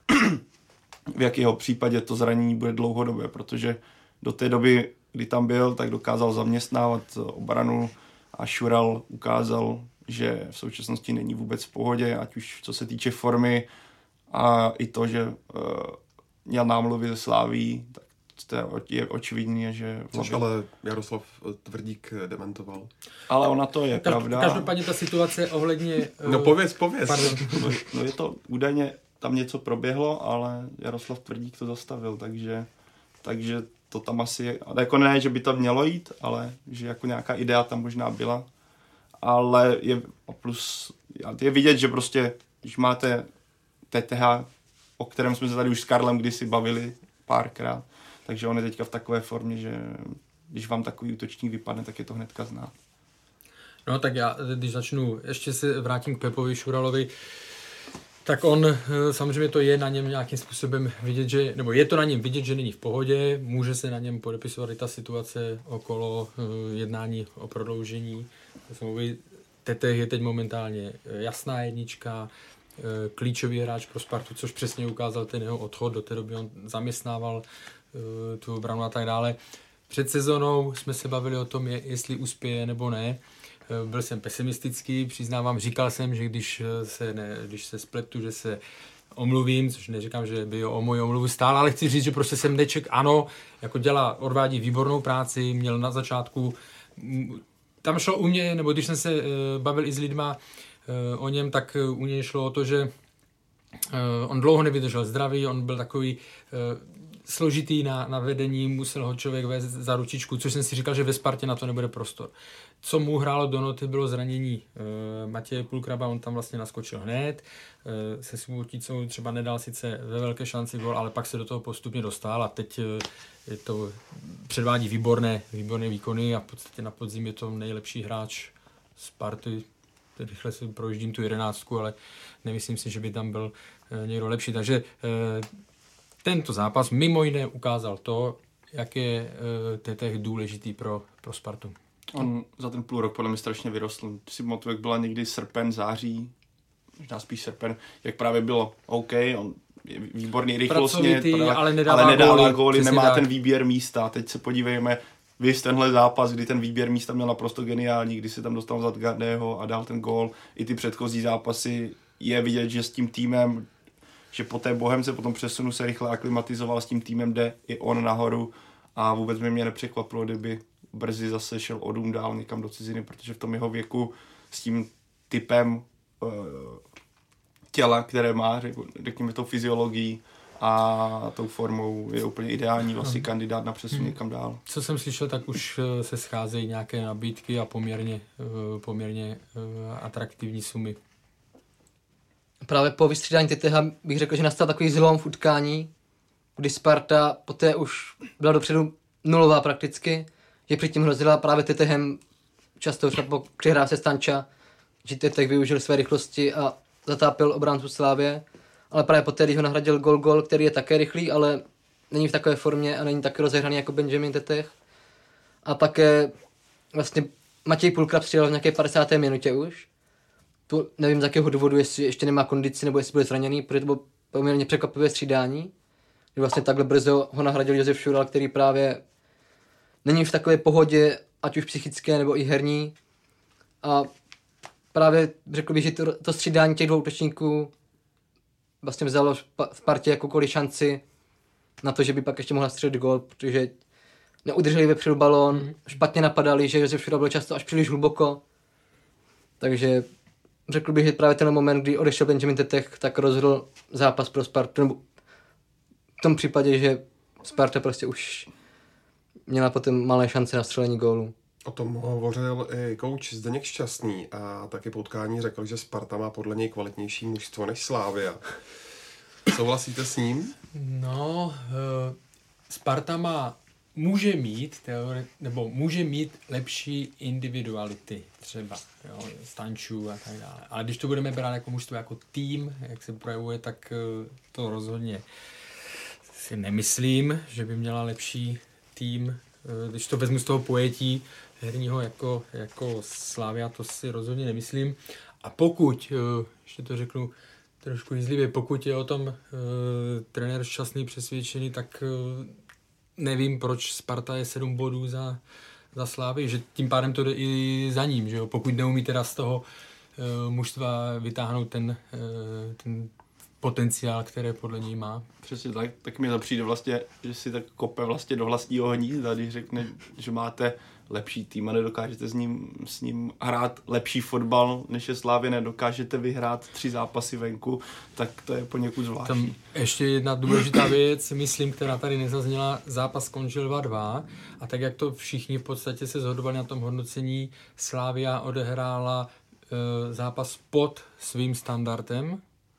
v jakého případě to zranění bude dlouhodobé, protože do té doby, kdy tam byl, tak dokázal zaměstnávat obranu a Šural ukázal, že v současnosti není vůbec v pohodě, ať už co se týče formy a i to, že měl námluvy ze Sláví, tak to je očividně, že... Což ale Jaroslav Tvrdík dementoval. Ale ona to je pravda. Každopádně ta situace ohledně... No pověz. No je to údajně, tam něco proběhlo, ale Jaroslav Tvrdík to zastavil, takže to tam asi... Jako ne, že by to mělo jít, ale že jako nějaká idea tam možná byla. Ale je vidět, že prostě, když máte TTH, o kterém jsme se tady už s Karlem kdysi bavili párkrát, takže on je teďka v takové formě, že když vám takový útočník vypadne, tak je to hnedka znát. No tak já, když začnu, ještě se vrátím k Pepovi Šuralovi, tak on, samozřejmě to je na něm nějakým způsobem vidět, nebo je to na něm vidět, že není v pohodě, může se na něm podepisovat i ta situace okolo jednání o prodloužení smlouvy. Tetech je teď momentálně jasná jednička, klíčový hráč pro Spartu, což přesně ukázal ten jeho odchod, do té doby on zaměstnával tu obranu a tak dále. Před sezónou jsme se bavili o tom, jestli uspěje nebo ne. Byl jsem pesimistický, přiznávám, říkal jsem, že když se spletu, že se omluvím, což neříkám, že by o moji omluvu stál, ale chci říct, že prostě jsem neček, ano, jako odvádí výbornou práci, měl na začátku, tam šlo u mě, nebo když jsem se bavil i s lidma o něm, tak u něj šlo o to, že on dlouho nevydržel zdraví, on byl takový složitý na vedení, musel ho člověk vést za ručičku, což jsem si říkal, že ve Spartě na to nebude prostor. Co mu hrálo do noty, bylo zranění Matěje Pulkraba, on tam vlastně naskočil hned, se Suboticou třeba nedal sice ve velké šanci gol, ale pak se do toho postupně dostal a teď je to předvádí výborné výkony a v podstatě na podzim je to nejlepší hráč Sparty. Rychle si projíždím tu 11, ale nemyslím si, že by tam byl někdo lepší. Takže tento zápas mimo jiné ukázal to, jak je Tetech důležitý pro Spartu. On za ten půl rok podle mě strašně vyrostl. Si pamatuju, jak byla někdy srpen, září, možná spíš srpen, jak právě bylo OK, on je výborný rychlostně, ale nedává góly, nemá ten výběr místa. Teď se podívejme, víš tenhle zápas, kdy ten výběr místa měl naprosto geniální, kdy se tam dostal za Gardého a dal ten gól. I ty předchozí zápasy je vidět, že s tím týmem, že po té Bohemce, po tom přesunu se rychle aklimatizoval, s tím týmem jde i on nahoru a vůbec mě nepřekvapilo, kdyby brzy zase šel o dům dál někam do ciziny, protože v tom jeho věku s tím typem těla, které má, řekněme tou fyziologií a tou formou, je úplně ideální vlastně kandidát na přesun někam dál. Co jsem slyšel, tak už se scházejí nějaké nabídky a poměrně atraktivní sumy. Právě po vystřídání Teteha bych řekl, že nastal takový zlom v utkání, kdy Sparta poté už byla dopředu nulová prakticky, že předtím hrozila právě Tetehem často třeba po přihrávce Stanča, že Tetech využil své rychlosti a zatápil obráncu Slávě, ale právě poté, když ho nahradil Gol, který je také rychlý, ale není v takové formě a není tak rozehraný jako Benjamin Tetech. A také vlastně Matěj Pulkra přijel v nějaké 50. minutě už. Tu nevím z jakého důvodu, jestli ještě nemá kondici nebo jestli byl zraněný, protože to bylo poměrně překvapivé střídání. Kdy vlastně takhle brzo ho nahradil Josef Šural, který právě není v takové pohodě, ať už psychické nebo i herní. A právě řekl bych, že to střídání těch dvou útočníků vlastně vzalo v partě jakoukoliv šanci na to, že by pak ještě mohla střelit gól, protože neudrželi vepředu balón, špatně napadali, že Josef Šural byl často až příliš hluboko. Takže řekl bych, že právě ten moment, kdy odešel Benjamin Tetech, tak rozhodl zápas pro Spartu, nebo v tom případě, že Sparta prostě už měla potom malé šance na střelení gólu. O tom hovořil i kouč Zdeněk Šťastný a taky po utkání řekl, že Sparta má podle něj kvalitnější mužstvo než Slavia. Souhlasíte s ním? No, Sparta může mít lepší individuality třeba, jo, Stančů a tak dále. Ale když to budeme brát jako mužstvo, jako tým, jak se projevuje, tak to rozhodně si nemyslím, že by měla lepší tým. Když to vezmu z toho pojetí herního jako Slavia, to si rozhodně nemyslím. A pokud, ještě to řeknu trošku jízlivě, pokud je o tom trenér Šťastný přesvědčený, tak nevím, proč Sparta je 7 bodů za Slavii, že tím pádem to jde i za ním, že jo? Pokud neumí teda z toho mužstva vytáhnout ten potenciál, které podle něj má. Přesně tak mi to přijde vlastně, že si tak kope vlastně do vlastního hnízda, když řekne, že máte lepší tým a nedokážete s ním hrát lepší fotbal, než je Slavie, nedokážete vyhrát 3 zápasy venku, tak to je poněkud zvláštní. Tam ještě jedna důležitá věc, myslím, která tady nezazněla, zápas skončil 2-2 a tak, jak to všichni v podstatě se shodovali na tom hodnocení, Slavia odehrála zápas pod svým standardem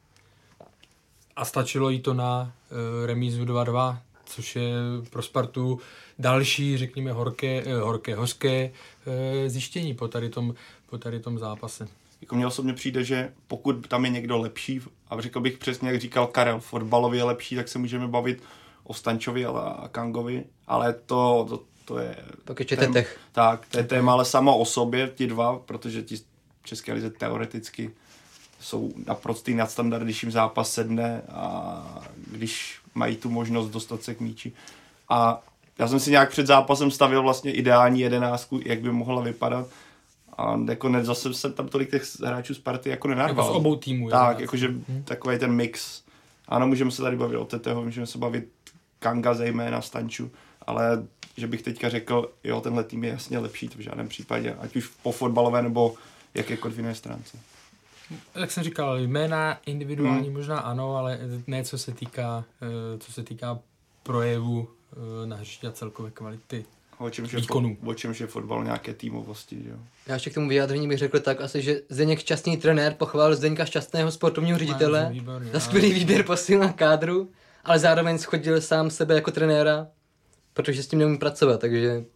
a stačilo jí to na remízu 2-2, což je pro Spartu další, řekněme, hořké zjištění po tady tom zápase. Jako mně osobně přijde, že pokud tam je někdo lepší, a řekl bych přesně, jak říkal Karel, fotbalově je lepší, tak se můžeme bavit o Stančovi a Kangovi, ale to je... Pak ještě Tetech. Tak, to je téma, ale sama o sobě, ti dva, protože ti české lize teoreticky jsou naprostý nadstandard, když jim zápas sedne a když mají tu možnost dostat se k míči. A já jsem si nějak před zápasem stavil vlastně ideální 11, jak by mohla vypadat. A jako zase jsem tam tolik těch hráčů Sparty jako nenarval. Jako z obou týmů. Tak, jakože takový ten mix. Ano, můžeme se tady bavit o Teteho, můžeme se bavit Kanga zejména, Stanču, ale že bych teďka řekl, jo, tenhle tým je jasně lepší, to v žádném případě, ať už po fotbalové nebo jakékoliv jiné stránce. Jak jsem říkal, jména individuální možná ano, ale ne co se týká projevu na hřišti a celkové kvality výkonu. O čemž je fotbal, nějaké týmovosti, jo. Já ještě k tomu vyjádření bych řekl tak asi, že Zdeněk Šťastný trenér pochválil Zdeňka Šťastného sportovního ředitele za skvělý výběr posil na kádru, ale zároveň schodil sám sebe jako trenéra, protože s tím neumí pracovat, takže...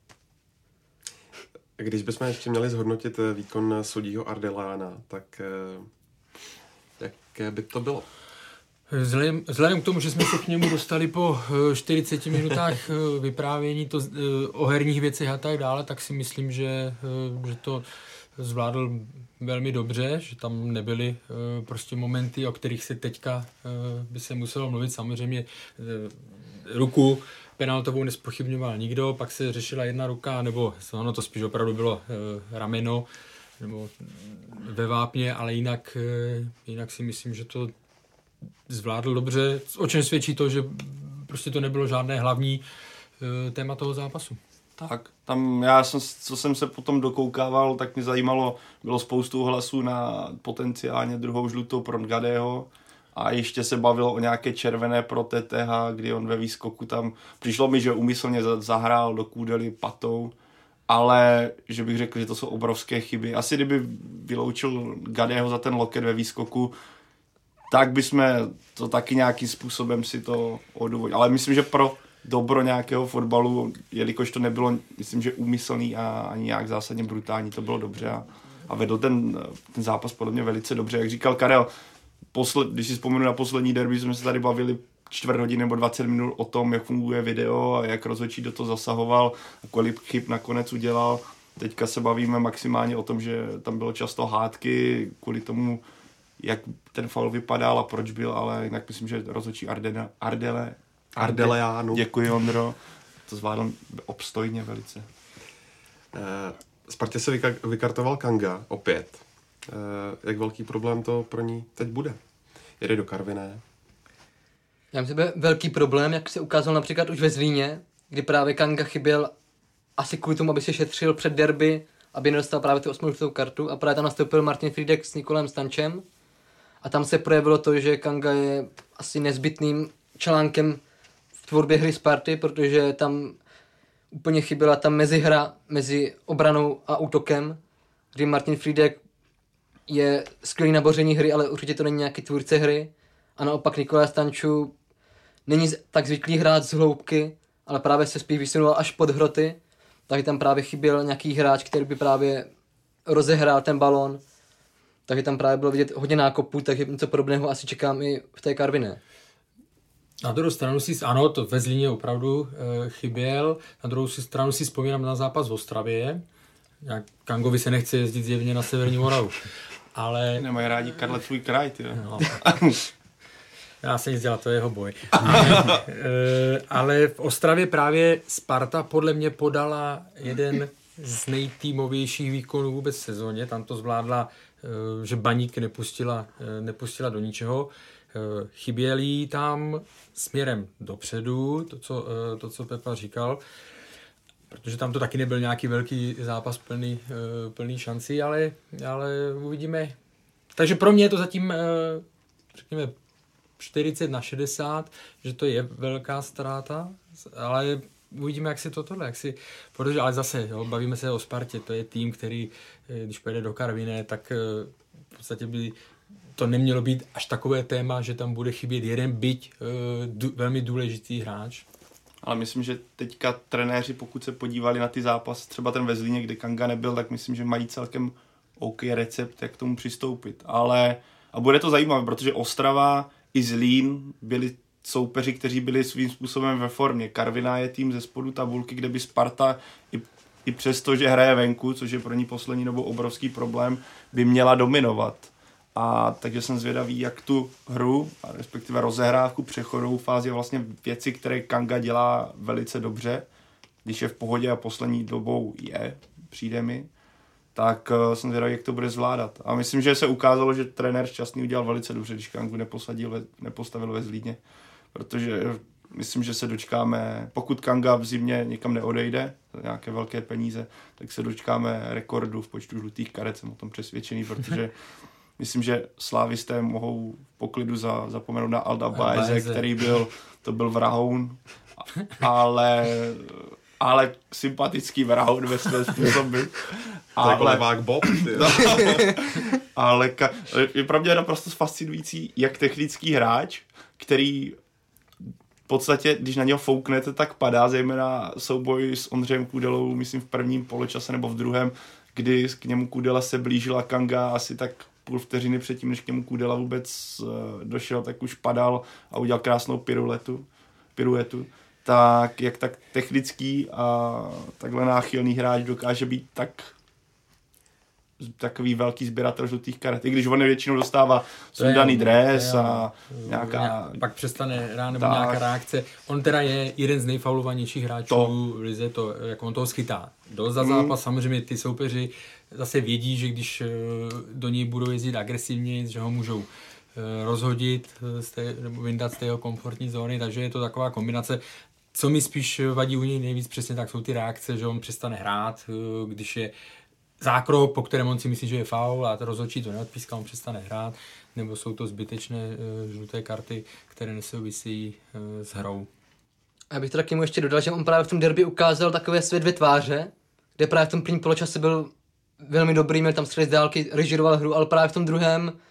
Když bychom ještě měli zhodnotit výkon sudího Ardelána, tak jaké by to bylo? Vzhledem k tomu, že jsme se k němu dostali po 40 minutách vyprávění o herních věcech a tak dále, tak si myslím, že to zvládl velmi dobře, že tam nebyly prostě momenty, o kterých se teďka by se muselo mluvit. Samozřejmě ruku penaltovou nespochybňoval nikdo, pak se řešila jedna ruka, nebo ono to spíš opravdu bylo rameno, nebo ve vápně, ale jinak si myslím, že to zvládl dobře, o čem svědčí to, že prostě to nebylo žádné hlavní téma toho zápasu. Tak, tam co jsem se potom dokoukával, tak mě zajímalo, bylo spoustu hlasů na potenciálně druhou žlutou pro Ngadého a ještě se bavilo o nějaké červené pro Teteha, kdy on ve výskoku tam, přišlo mi, že úmyslně zahrál do kůdely patou, ale že bych řekl, že to jsou obrovské chyby. Asi kdyby vyloučil Gadého za ten loket ve výskoku, tak bychom to taky nějakým způsobem si to odůvodnili. Ale myslím, že pro dobro nějakého fotbalu, jelikož to nebylo, myslím, že úmyslný a ani nějak zásadně brutální, to bylo dobře a vedl ten zápas podle mě velice dobře. Jak říkal Karel, když si vzpomenu na poslední derby, jsme se tady bavili 4 hodiny nebo 20 minut o tom, jak funguje video a jak rozhodčí do toho zasahoval a kolik chyb nakonec udělal. Teďka se bavíme maximálně o tom, že tam bylo často hádky kvůli tomu, jak ten faul vypadal a proč byl, ale jinak myslím, že rozhodčí Ardeleanu. Děkuji, Ondro. To zvládl obstojně velice. Spartě se vykartoval Kanga opět. Jak velký problém to pro ní teď bude? Jede do Karviné. Já myslím, že velký problém, jak se ukázal například už ve Zlíně, kdy právě Kanga chyběl asi kvůli tomu, aby se šetřil před derby, aby nedostal právě tu 8. kartu a právě tam nastoupil Martin Friedek s Nikolem Stančem a tam se projevilo to, že Kanga je asi nezbytným článkem v tvorbě hry Sparty, protože tam úplně chyběla ta mezihra mezi obranou a útokem, kdy Martin Friedek je skvělý na boření hry, ale určitě to není nějaký tvůrce hry a naopak Nikola Stanču není tak zvyklý hrát z hloubky, ale právě se spíš vysunoval až pod hroty, takže tam právě chyběl nějaký hráč, který by právě rozehrál ten balón, takže tam právě bylo vidět hodně nákopů, takže něco podobného asi čekám i v té Karviné. Na druhou stranu ano, to ve Zlíně opravdu chyběl, na druhou stranu si vzpomínám na zápas v Ostravě, Kangovi se nechce jezdit zjevně na Severní Moravu, ale... Nemají rádi Karle tvůj kraj, ty. No. Já se nic dělat, to je jeho boj. Ale v Ostravě právě Sparta podle mě podala jeden z nejtýmovějších výkonů vůbec v sezóně. Tam to zvládla, že Baník nepustila do ničeho. Chyběl jí tam směrem dopředu, to, co Pepa říkal, protože tam to taky nebyl nějaký velký zápas plný šancí, ale uvidíme. Takže pro mě je to zatím, řekněme, 40/60, že to je velká ztráta, ale uvidíme, jak si protože ale zase, bavíme se o Spartě, to je tým, který, když pojede do Karviné, tak v podstatě by to nemělo být až takové téma, že tam bude chybět jeden byť velmi důležitý hráč. Ale myslím, že teďka trenéři, pokud se podívali na ty zápasy, třeba ten ve Zlíně, kde Kanga nebyl, tak myslím, že mají celkem OK recept, jak k tomu přistoupit. A bude to zajímavé, protože Ostrava i Zlín byli soupeři, kteří byli svým způsobem ve formě. Karviná je tým ze spodu tabulky, kde by Sparta i přesto, že hraje venku, což je pro ní poslední dobou obrovský problém, by měla dominovat. A takže jsem zvědavý, jak tu hru, a respektive rozehrávku, přechodovou fázi, vlastně věci, které Kanga dělá velice dobře, když je v pohodě a poslední dobou přijde mi, tak jsem zvědavý, jak to bude zvládat. A myslím, že se ukázalo, že trenér Šťastný udělal velice dobře, když Kangu nepostavil ve Zlíně, protože myslím, že se dočkáme, pokud Kanga v zimě někam neodejde, nějaké velké peníze, tak se dočkáme rekordu v počtu žlutých karet, jsem o tom přesvědčený, protože myslím, že slávisté mohou v poklidu zapomenout na Alda Baeze, který byl vrahoun, ale sympatický vrahoun ve své způsobu. Ale levák Bob. Ale je pravdě naprosto fascinující, jak technický hráč, který v podstatě, když na něho fouknete, tak padá, zejména souboj s Ondřejem Kudelou, myslím v prvním poločase nebo v druhém, kdy k němu Kudela se blížila Kanga asi tak půl vteřiny předtím, než k němu Kudela vůbec došel, tak už padal a udělal krásnou piruetu. Tak jak tak technický a takhle náchylný hráč dokáže být takový velký sběratel žlutých karet. I když on většinou dostává sundaný dres a nějaká... Pak přestane hrát nebo nějaká reakce. On teda je jeden z nejfaulovanějších hráčů v lize, jak on toho schytá. Dost za zápas, samozřejmě ty soupeři zase vědí, že když do něj budou jezdit agresivně, že ho můžou rozhodit nebo vyndat z té jeho komfortní zóny, takže je to taková kombinace. Co mi spíš vadí u něj nejvíc přesně, tak jsou ty reakce, že on přestane hrát, když je zákrok, po kterém on si myslí, že je faul a to rozhodčí to neodpíská, on přestane hrát, nebo jsou to zbytečné žluté karty, které nesouvisí s hrou. Já bych to taky mu ještě dodal, že on právě v tom derby ukázal takové své dvě tváře, kde právě v tom prvním poločase byl velmi dobrý, měl tam střely z dálky, režíroval hru, ale právě v tom druhém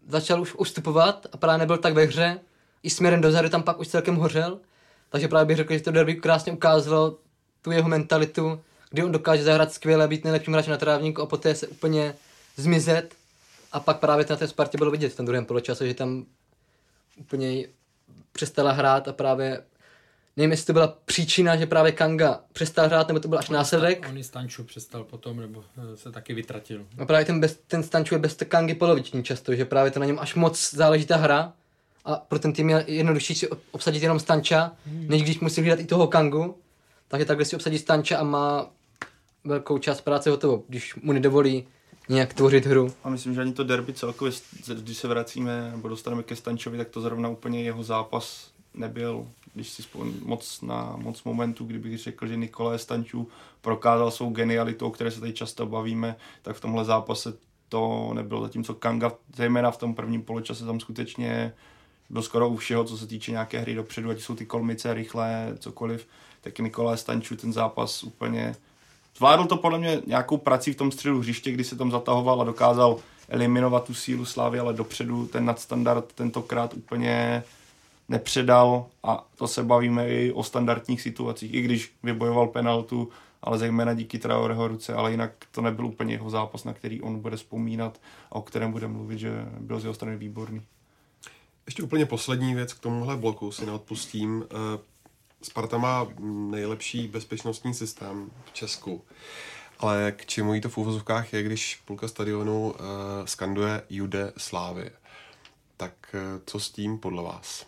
začal už ustupovat a právě nebyl tak ve hře. I směrem dozadu tam pak už celkem hořel. Takže právě bych řekl, že to derby krásně ukázalo tu jeho mentalitu, kdy on dokáže zahrát skvěle, být nejlepším hráčem na trávníku a poté se úplně zmizet. A pak právě na té Spartě bylo vidět v tom druhém poločase, že tam úplně přestala hrát a právě nevím, jestli to byla příčina, že právě Kanga přestal hrát, nebo to byl až následek. On i Stanču přestal potom, nebo se taky vytratil. A právě ten Stanču je bez Kangy poloviční často, že právě to na něm až moc záleží ta hra a pro ten tým je jednodušší si obsadit jenom Stanča, než když musí hlídat i toho Kangu. Takže takhle si obsadí Stanča a má velkou část práce hotovou, když mu nedovolí nějak tvořit hru. A myslím, že ani to derby celkově, když se vracíme nebo dostaneme ke Stančovi, tak to zrovna úplně jeho zápas nebyl. Když si vzpomínám moc momentů, kdybych řekl, že Nikolaj Stančů prokázal svou genialitu, o které se tady často bavíme, tak v tomhle zápase to nebylo. Zatímco Kanga, zejména v tom prvním poločase, tam skutečně byl skoro u všeho, co se týče nějaké hry dopředu, ať jsou ty kolmice, rychlé, cokoliv, tak Nikolaj Stančů ten zápas úplně zvládl to podle mě nějakou prací v tom středu hřiště, kdy se tam zatahoval a dokázal eliminovat tu sílu Slávy, ale dopředu ten nadstandard tentokrát úplně nepředal a to se bavíme i o standardních situacích, i když vybojoval penaltu, ale zejména díky Traoreho ruce, ale jinak to nebyl úplně jeho zápas, na který on bude vzpomínat a o kterém bude mluvit, že byl z jeho strany výborný. Ještě úplně poslední věc k tomuhle bloku si neodpustím. Sparta má nejlepší bezpečnostní systém v Česku, ale k čemu jí to v úvozovkách je, když půlka stadionu skanduje Jude Slávie. Tak co s tím podle vás?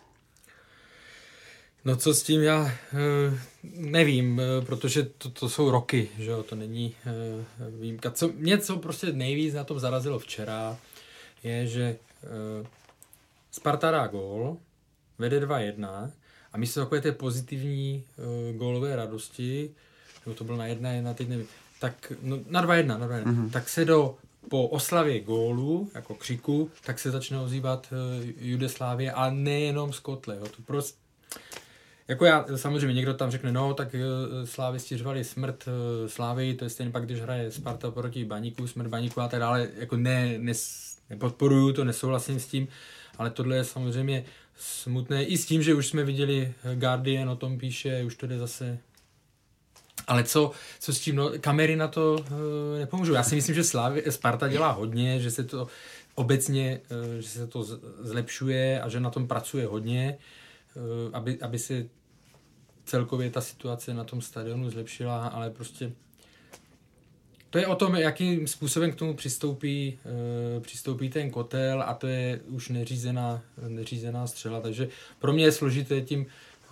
No co s tím, já nevím, protože to jsou roky, že jo, to není výjimka. Co prostě nejvíc na tom zarazilo včera, je, že Sparta dá gól, vede 2-1 a místo takové té pozitivní gólové radosti, nebo to bylo na 1-1, teď nevím, tak no, na 2-1, tak se po oslavě gólu, jako křiku, tak se začne ozývat Jude Slávie a nejenom z kotle, jo, to prostě jako já, samozřejmě někdo tam řekne, no, tak slávisti řvali smrt Slávy, to je stejně pak, když hraje Sparta proti Baníku, smrt Baníku a tak dále, jako nepodporuju to, nesouhlasím s tím, ale tohle je samozřejmě smutné i s tím, že už jsme viděli Guardian o tom píše, už to jde zase. Ale co s tím, no, kamery na to nepomůžou. Já si myslím, že Sparta dělá hodně, že se to obecně, že se to zlepšuje a že na tom pracuje hodně, aby se celkově ta situace na tom stadionu zlepšila, ale prostě to je o tom, jakým způsobem k tomu přistoupí ten kotel a to je už neřízená střela, takže pro mě je složité tím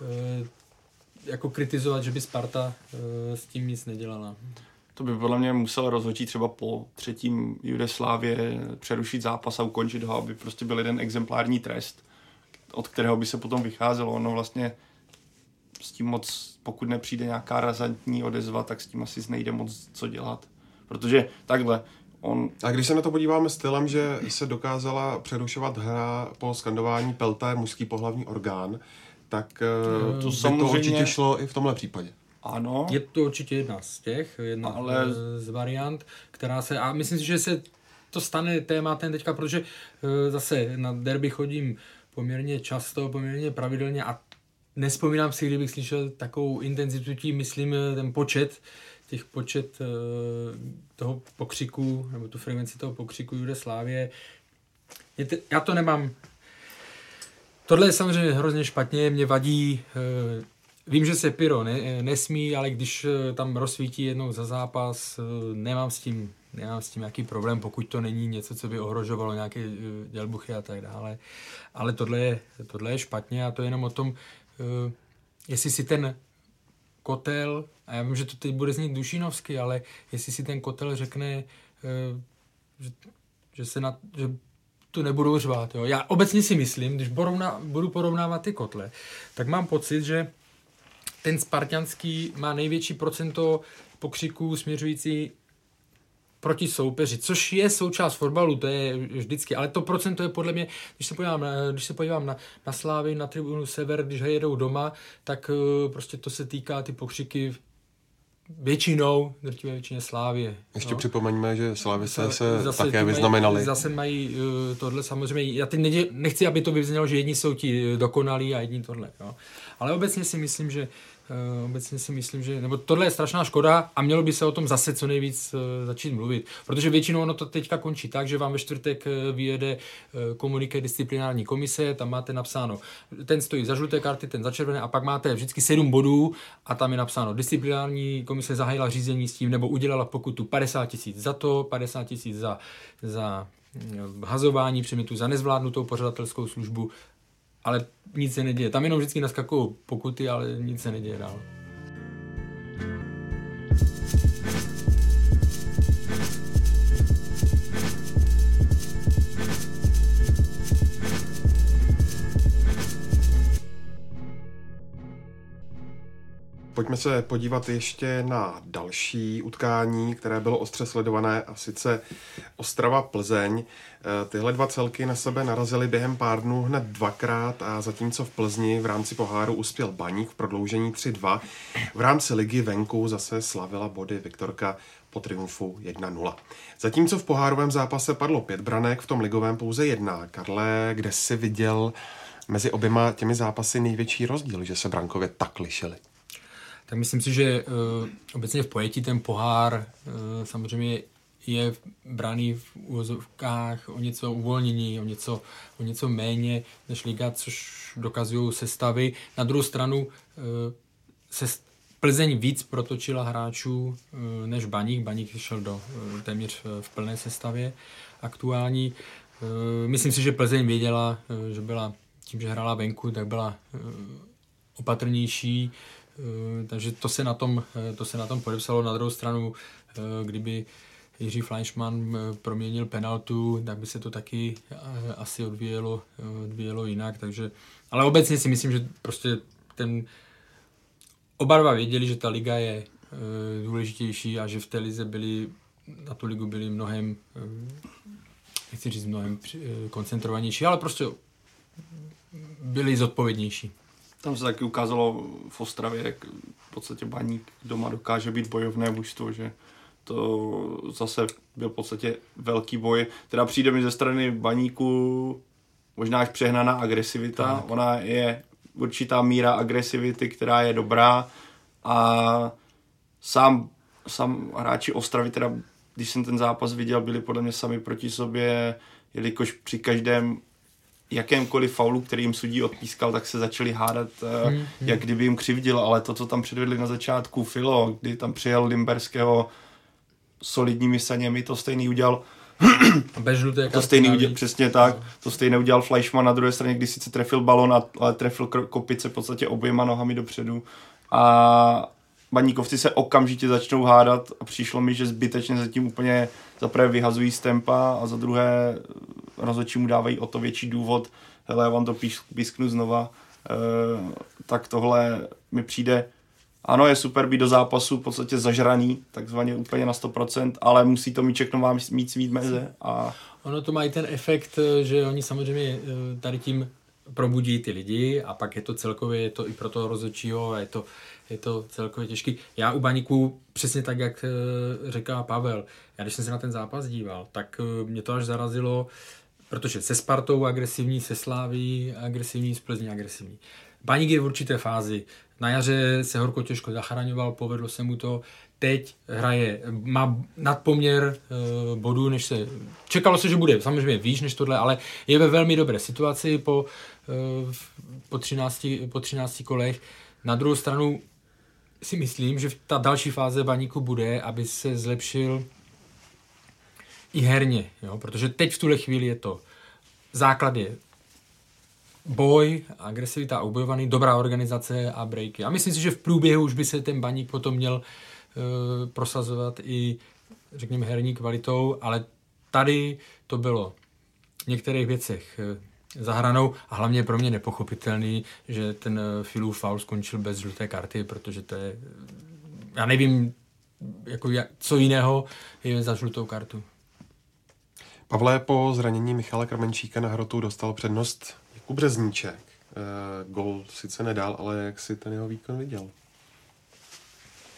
jako kritizovat, že by Sparta s tím nic nedělala. To by podle mě musel rozhodčí třeba po třetím Jude Slávě přerušit zápas a ukončit ho, aby prostě byl jeden exemplární trest, od kterého by se potom vycházelo. Ono vlastně s tím moc, pokud nepřijde nějaká razantní odezva, tak s tím asi nejde moc co dělat. Protože takhle, A když se na to podíváme stylem, že se dokázala přerušovat hra po skandování Pelté, mužský pohlavní orgán, tak to určitě šlo i v tomhle případě. Ano. Je to určitě jedna z variant, která se, a myslím si, že se to stane tématem teďka, protože zase na derby chodím poměrně často, poměrně pravidelně a nespomínám si, kdybych slyšel takovou intenzitu, tím myslím ten počet toho pokřiku, nebo tu frekvenci toho pokřiku Jude Slávie. Já to nemám. Tohle je samozřejmě hrozně špatně, mě vadí, vím, že se pyro nesmí, ale když tam rozsvítí jednou za zápas, nemám s tím nějaký problém, pokud to není něco, co by ohrožovalo nějaké dělbuchy a tak dále. Ale tohle je špatně a to je jenom o tom, jestli si ten kotel, a já vím, že to teď bude znít dušinovsky, ale jestli si ten kotel řekne, že tu nebudou řvát. Jo. Já obecně si myslím, když budu porovnávat ty kotle, tak mám pocit, že ten spartanský má největší procento pokřiků směřující proti soupeři, což je součást fotbalu, to je vždycky, ale to procento je podle mě, když se podívám na Slávy, na tribunu Sever, když jedou doma, tak prostě to se týká ty pokřiky drtivé většině Slávie. Ještě připomeňme, že Slavice se také vyznamenali. Zase mají tohle samozřejmě, já teď nechci, aby to vyznělo, že jedni jsou ti dokonalí a jedni tohle, jo. Ale obecně si myslím, že nebo tohle je strašná škoda a mělo by se o tom zase co nejvíc začít mluvit, protože většinou ono to teďka končí tak, že vám ve čtvrtek vyjede komuniké disciplinární komise, tam máte napsáno, ten stojí za žluté karty, ten za červené a pak máte vždycky 7 bodů a tam je napsáno, disciplinární komise zahájila řízení s tím nebo udělala pokutu 50 000 za to, 50 000 za hazování předmětu, za nezvládnutou pořadatelskou službu, ale nic se neděje. Tam jenom vždycky naskakují pokuty, ale nic se neděje dál. Pojďme se podívat ještě na další utkání, které bylo ostře sledované, a sice Ostrava-Plzeň. Tyhle dva celky na sebe narazily během pár dnů hned dvakrát a zatímco v Plzni v rámci poháru uspěl Baník v prodloužení 3-2, v rámci ligy venku zase slavila body Viktorka po triumfu 1-0. Zatímco v pohárovém zápase padlo 5 branek, v tom ligovém pouze 1. Karle, kde jsi viděl mezi oběma těmi zápasy největší rozdíl, že se brankově tak lišily? Tak myslím si, že obecně v pojetí ten pohár samozřejmě je braný v úvozovkách o něco uvolnění, o něco méně než liga, což dokazují sestavy. Na druhou stranu se Plzeň víc protočila hráčů než Baník. Baník šel téměř v plné sestavě aktuální. Myslím si, že Plzeň věděla, že byla tím, že hrála venku, tak byla opatrnější. Takže to se na tom podepsalo. Na druhou stranu, kdyby Jiří Fleischmann proměnil penaltu, tak by se to taky asi odvíjelo jinak. Takže, ale obecně si myslím, že prostě oba dva věděli, že ta liga je důležitější a že v té lize na tu ligu byli mnohem koncentrovanější, ale prostě byli zodpovědnější. Tam se taky ukázalo v Ostravě, jak v podstatě Baník doma dokáže být bojovné mužstvo, že to zase byl v podstatě velký boj. Teda přijde mi ze strany Baníku možná až přehnaná agresivita. Tak. Ona je určitá míra agresivity, která je dobrá a sám hráči Ostravy, teda když jsem ten zápas viděl, byli podle mě sami proti sobě, jelikož při každém jakémkoliv faulu, který jim sudí odpískal, tak se začali hádat, jak kdyby jim křivdil, ale to, co tam předvedli na začátku Filo, kdy tam přijel Limberského solidními saněmi, to stejný udělal přesně tak, to stejné udělal Fleischmann na druhé straně, když sice trefil balon, ale trefil kopice v podstatě oběma nohami dopředu a Baníkovci se okamžitě začnou hádat a přišlo mi, že zbytečně zatím úplně zaprvé vyhazují z tempa a za druhé rozhodčí mu dávají o to větší důvod, hele, já vám to písknu znova, tak tohle mi přijde, ano, je super být do zápasu v podstatě zažraný, takzvaně úplně na 100%, ale musí to míček nová mít svít meze. A ono to mají ten efekt, že oni samozřejmě tady tím probudí ty lidi a pak je to celkově, je to i pro toho rozhodčího a je to celkově těžký. Já u Baníku přesně tak, jak říká Pavel, já když jsem se na ten zápas díval, tak mě to až zarazilo, protože se Spartou agresivní, se Sláví agresivní, s Plzní agresivní. Baník je v určité fázi. Na jaře se horko těžko zachraňoval, povedlo se mu to. Teď má nadpoměr bodů, než se... Čekalo se, že bude samozřejmě výš než tohle, ale je ve velmi dobré situaci po 13 kolech. Na druhou stranu si myslím, že ta další fáze Baníku bude, aby se zlepšil i herně, jo? Protože teď v tuhle chvíli je to základ je boj, agresivita, ubojovaný, dobrá organizace a breaky. A myslím si, že v průběhu už by se ten Baník potom měl prosazovat i, řekněme, herní kvalitou, ale tady to bylo v některých věcech za hranou a hlavně pro mě nepochopitelný, že ten Filův faul skončil bez žluté karty, protože to je, já nevím, co jiného je za žlutou kartu. Pavle, po zranění Michala Krmenčíka na hrotu dostal přednost Jakub Řezníček. Gol sice nedal, ale jak si ten jeho výkon viděl?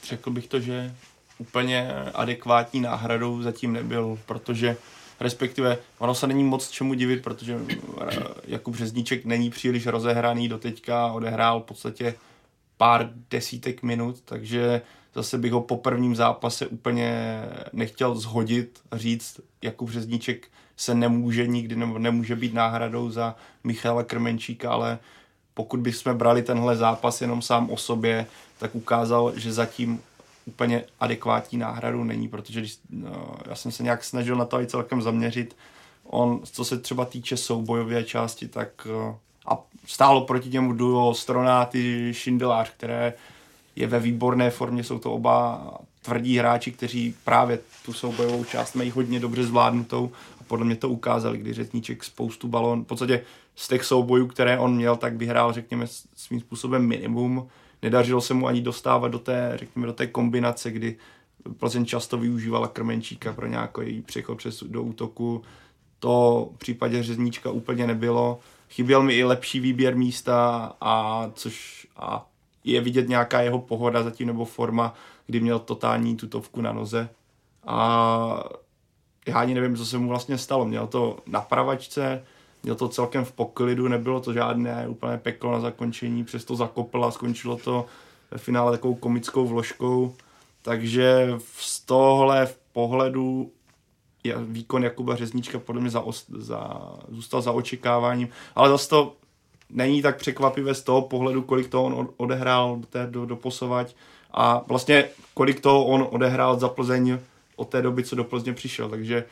řekl bych to, že úplně adekvátní náhradou zatím nebyl, protože respektive ono se není moc čemu divit, protože Jakub Řezníček není příliš rozehraný doteďka, odehrál v podstatě pár desítek minut, takže zase bych ho po prvním zápase úplně nechtěl zhodit a říct, Jakub Řezníček se nemůže nikdy nebo nemůže být náhradou za Michala Krmenčíka, ale pokud bychom brali tenhle zápas jenom sám o sobě, tak ukázal, že zatím úplně adekvátní náhradu není, protože já jsem se nějak snažil na to i celkem zaměřit. On, co se třeba týče soubojové části, tak a stálo proti němu duo Stronáty Šindelář, které je ve výborné formě, jsou to oba tvrdí hráči, kteří právě tu soubojovou část mají hodně dobře zvládnutou a podle mě to ukázali, kdy Řezníček spoustu balón, v podstatě z těch soubojů, které on měl, tak vyhrál, řekněme, svým způsobem minimum. Nedařilo se mu ani dostávat do té kombinace, kdy Plzeň často využívala Krmenčíka pro nějaký přechod do útoku. To v případě Řezníčka úplně nebylo. Chyběl mi i lepší výběr místa a je vidět nějaká jeho pohoda zatím nebo forma, kdy měl totální tutovku na noze. A já ani nevím, co se mu vlastně stalo. Měl to na pravačce, měl to celkem v poklidu, nebylo to žádné úplně peklo na zakončení, přesto zakopl a skončilo to ve finále takovou komickou vložkou. Takže z tohohle pohledu výkon Jakuba Řezníčka podle mě zůstal za očekáváním, ale zase to není tak překvapivé z toho pohledu, kolik toho on odehrál do posovať a vlastně kolik toho on odehrál za Plzeň od té doby, co do Plzně přišel. Takže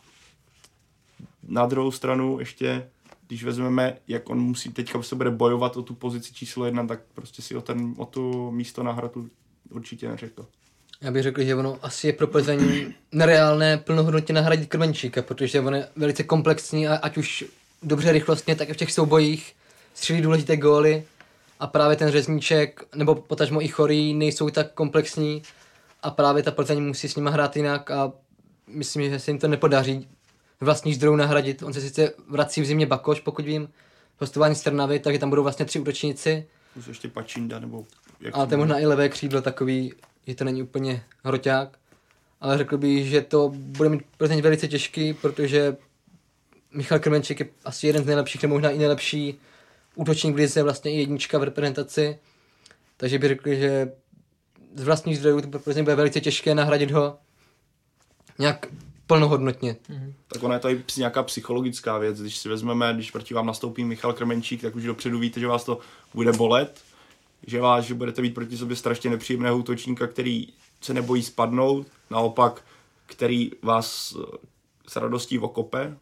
na druhou stranu ještě, když vezmeme, jak on musí teďka se bude bojovat o tu pozici číslo 1, tak prostě si o tu místo na hradu určitě neřekl. Já bych řekl, že ono asi je pro Plzeň nereálné plnohodnotně nahradit Krmenčíka, protože on je velice komplexní a ať už dobře rychlostně, tak i v těch soubojích střílí důležité góly a právě ten Řezníček nebo potažmo i Chorý nejsou tak komplexní a právě ta Plzeň musí s nima hrát jinak a myslím, že se jim to nepodaří vlastních zdrojů nahradit. On se sice vrací v zimě Bakoš, pokud vím, hostování z Trnavy, takže tam budou vlastně 3 útočníci. Plus ještě Pačinda nebo... Ale to je možná i levé křídlo takový, že to není úplně hroťák. Ale řekl bych, že to bude mít Plzeň velice těžký, protože Michal Krmenčík je asi jeden z nejlepších, nebo možná i nejlepší útočník v lize, vlastně i jednička v reprezentaci. Takže bych řekl, že z vlastních zdrojů to pro Plzeň bude velice těžké nahradit ho nějak plnohodnotně. Tak ona je to i nějaká psychologická věc. Když si vezmeme, když proti vám nastoupí Michal Krmenčík, tak už dopředu víte, že vás to bude bolet, že budete mít proti sobě strašně nepříjemného útočníka, který se nebojí spadnout, naopak, který vás s radostí okope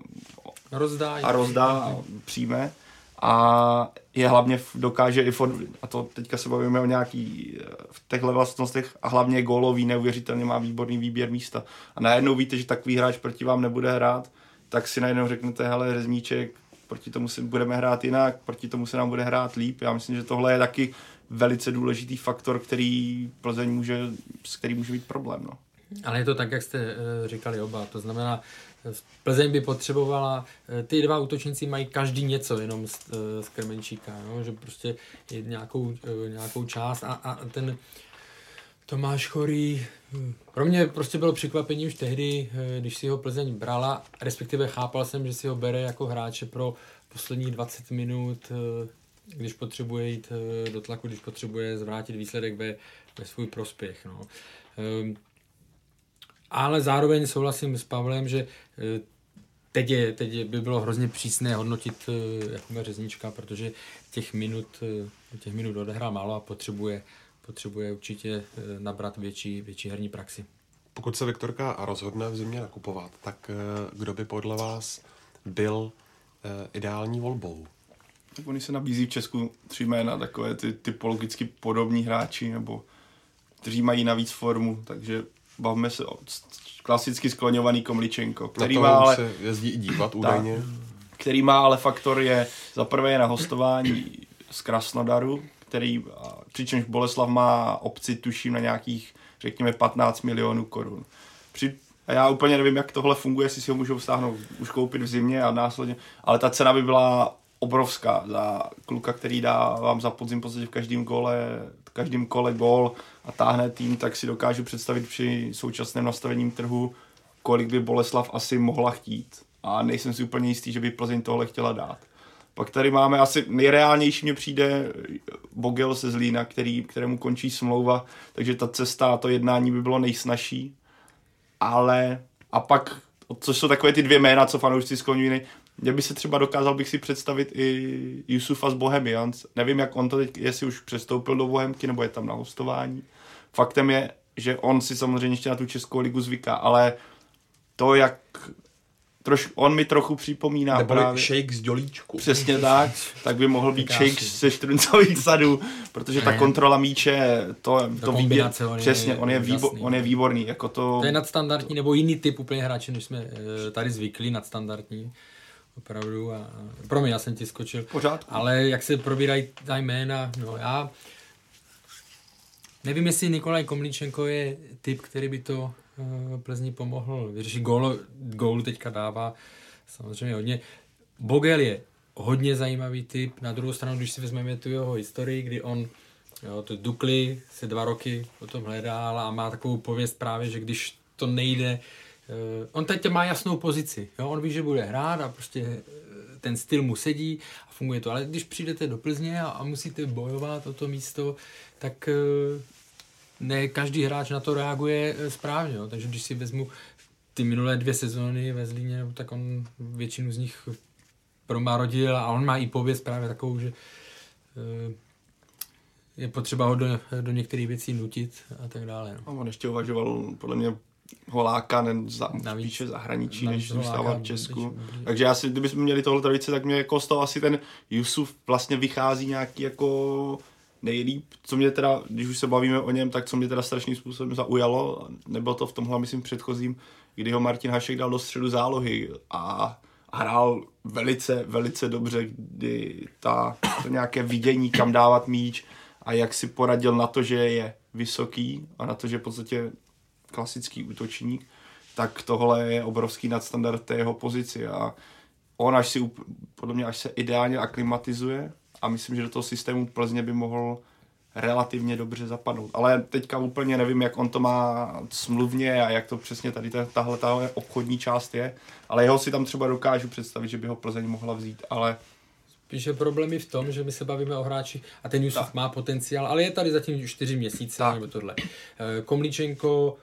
a rozdá a přijme. A je hlavně dokáže i a to teďka se bavíme o nějaký v těchto vlastnostech a hlavně gólový, neuvěřitelně má výborný výběr místa. A najednou víte, že takový hráč proti vám nebude hrát, tak si najednou řeknete, hele, Řezníček, proti tomu si budeme hrát jinak, proti tomu se nám bude hrát líp. Já myslím, že tohle je taky velice důležitý faktor, který Plzeň může být problém. No. Ale je to tak, jak jste říkali oba. To znamená, Plzeň by potřebovala, ty 2 útočníci mají každý něco jenom z Krmenčíka, no? Že prostě je nějakou část a ten Tomáš Chorý, pro mě prostě bylo překvapením už tehdy, když si ho Plzeň brala, respektive chápal jsem, že si ho bere jako hráče pro posledních 20 minut, když potřebuje jít do tlaku, když potřebuje zvrátit výsledek ve svůj prospěch. No. Ale zároveň souhlasím s Pavlem, že teď by bylo hrozně přísné hodnotit Jakuba Řezníčka, protože těch minut odehrál málo a potřebuje určitě nabrat větší herní praxi. Pokud se Viktorka rozhodne v zimě nakupovat, tak kdo by podle vás byl ideální volbou? Tak oni se nabízí v Česku 3 jména, takové ty typologicky podobní hráči, nebo kteří mají navíc formu, takže bavme se o klasicky skloňovaný Komličenko, který má ale se jezdí i dívat údajně. Který má ale faktor je za prvé na hostování z Krasnodaru, přičemž Boleslav má opci tuším na nějakých, řekněme, 15 milionů korun. A já úplně nevím, jak tohle funguje, jestli si ho můžou stáhnout, už koupit v zimě a následně, ale ta cena by byla obrovská za kluka, který dá vám za podzim v podstatě v každém góle každém kole gól a táhne tým, tak si dokážu představit při současném nastavením trhu, kolik by Boleslav asi mohla chtít. A nejsem si úplně jistý, že by Plzeň tohle chtěla dát. Pak tady máme asi nejreálnější, mně přijde Bogel ze Zlína, kterému končí smlouva, takže ta cesta a to jednání by bylo nejsnažší. Ale a pak, což jsou takové ty dvě jména, co fanoušci skloňují, mě by se třeba dokázal bych si představit i Jusufa z Bohemians. Nevím, jak on to teď, jestli už přestoupil do Bohemky, nebo je tam na hostování. Faktem je, že on si samozřejmě ještě na tu českou ligu zvyká, ale to, jak on mi trochu připomíná nebo právě Shake z Dělíčku. Přesně tak by mohl být Shake ze Štruncových sadů, protože ta kontrola míče, to výběr, přesně, on je výborný. Jako to je nadstandardní, nebo jiný typ úplně hráče, než jsme tady zvyklí, nadstandardní. Opravdu. Promiň, já jsem ti skočil. Pořád. Ale jak se probírají ta jména, no já nevím, jestli Nikolaj Komlíčenko je typ, který by to Plzni pomohl vyřešit. Gólu teďka dává samozřejmě hodně. Bogel je hodně zajímavý typ. Na druhou stranu, když si vezmeme tu jeho historii, kdy on to Dukly se 2 roky o tom hledal a má takovou pověst právě, že když to nejde, on teď má jasnou pozici. Jo? On ví, že bude hrát a prostě ten styl mu sedí a funguje to. Ale když přijdete do Plzně a musíte bojovat o to místo, tak ne každý hráč na to reaguje správně. Jo? Takže když si vezmu ty minulé 2 sezóny ve Zlíně, tak on většinu z nich promarodil a on má i pověst právě takovou, že je potřeba ho do některých věcí nutit a tak dále. No. A on ještě uvažoval podle mě Holáka, spíše zahraničí, než zůstávat v Česku. Takže já si, kdybychom měli tohle tradice, tak mě jako z toho asi ten Jusuf vlastně vychází nějaký jako nejlíp. Co mě teda, když už se bavíme o něm, tak co mě teda strašným způsobem zaujalo, nebylo to v tomhle, myslím, předchozím, kdy ho Martin Hašek dal do středu zálohy a hrál velice, velice dobře, kdy to nějaké vidění, kam dávat míč a jak si poradil na to, že je vysoký a na to, že v podstatě klasický útočník, tak tohle je obrovský nadstandard té jeho pozici a on podle mě až se ideálně aklimatizuje a myslím, že do toho systému Plzně by mohl relativně dobře zapadnout. Ale teďka úplně nevím, jak on to má smluvně a jak to přesně tady tahle obchodní část je, ale jeho si tam třeba dokážu představit, že by ho Plzeň mohla vzít, ale Spíše problém je v tom, že my se bavíme o hráči a ten Jusuf má potenciál, ale je tady zatím 4 měsíce nebo tohle. Komlíčenko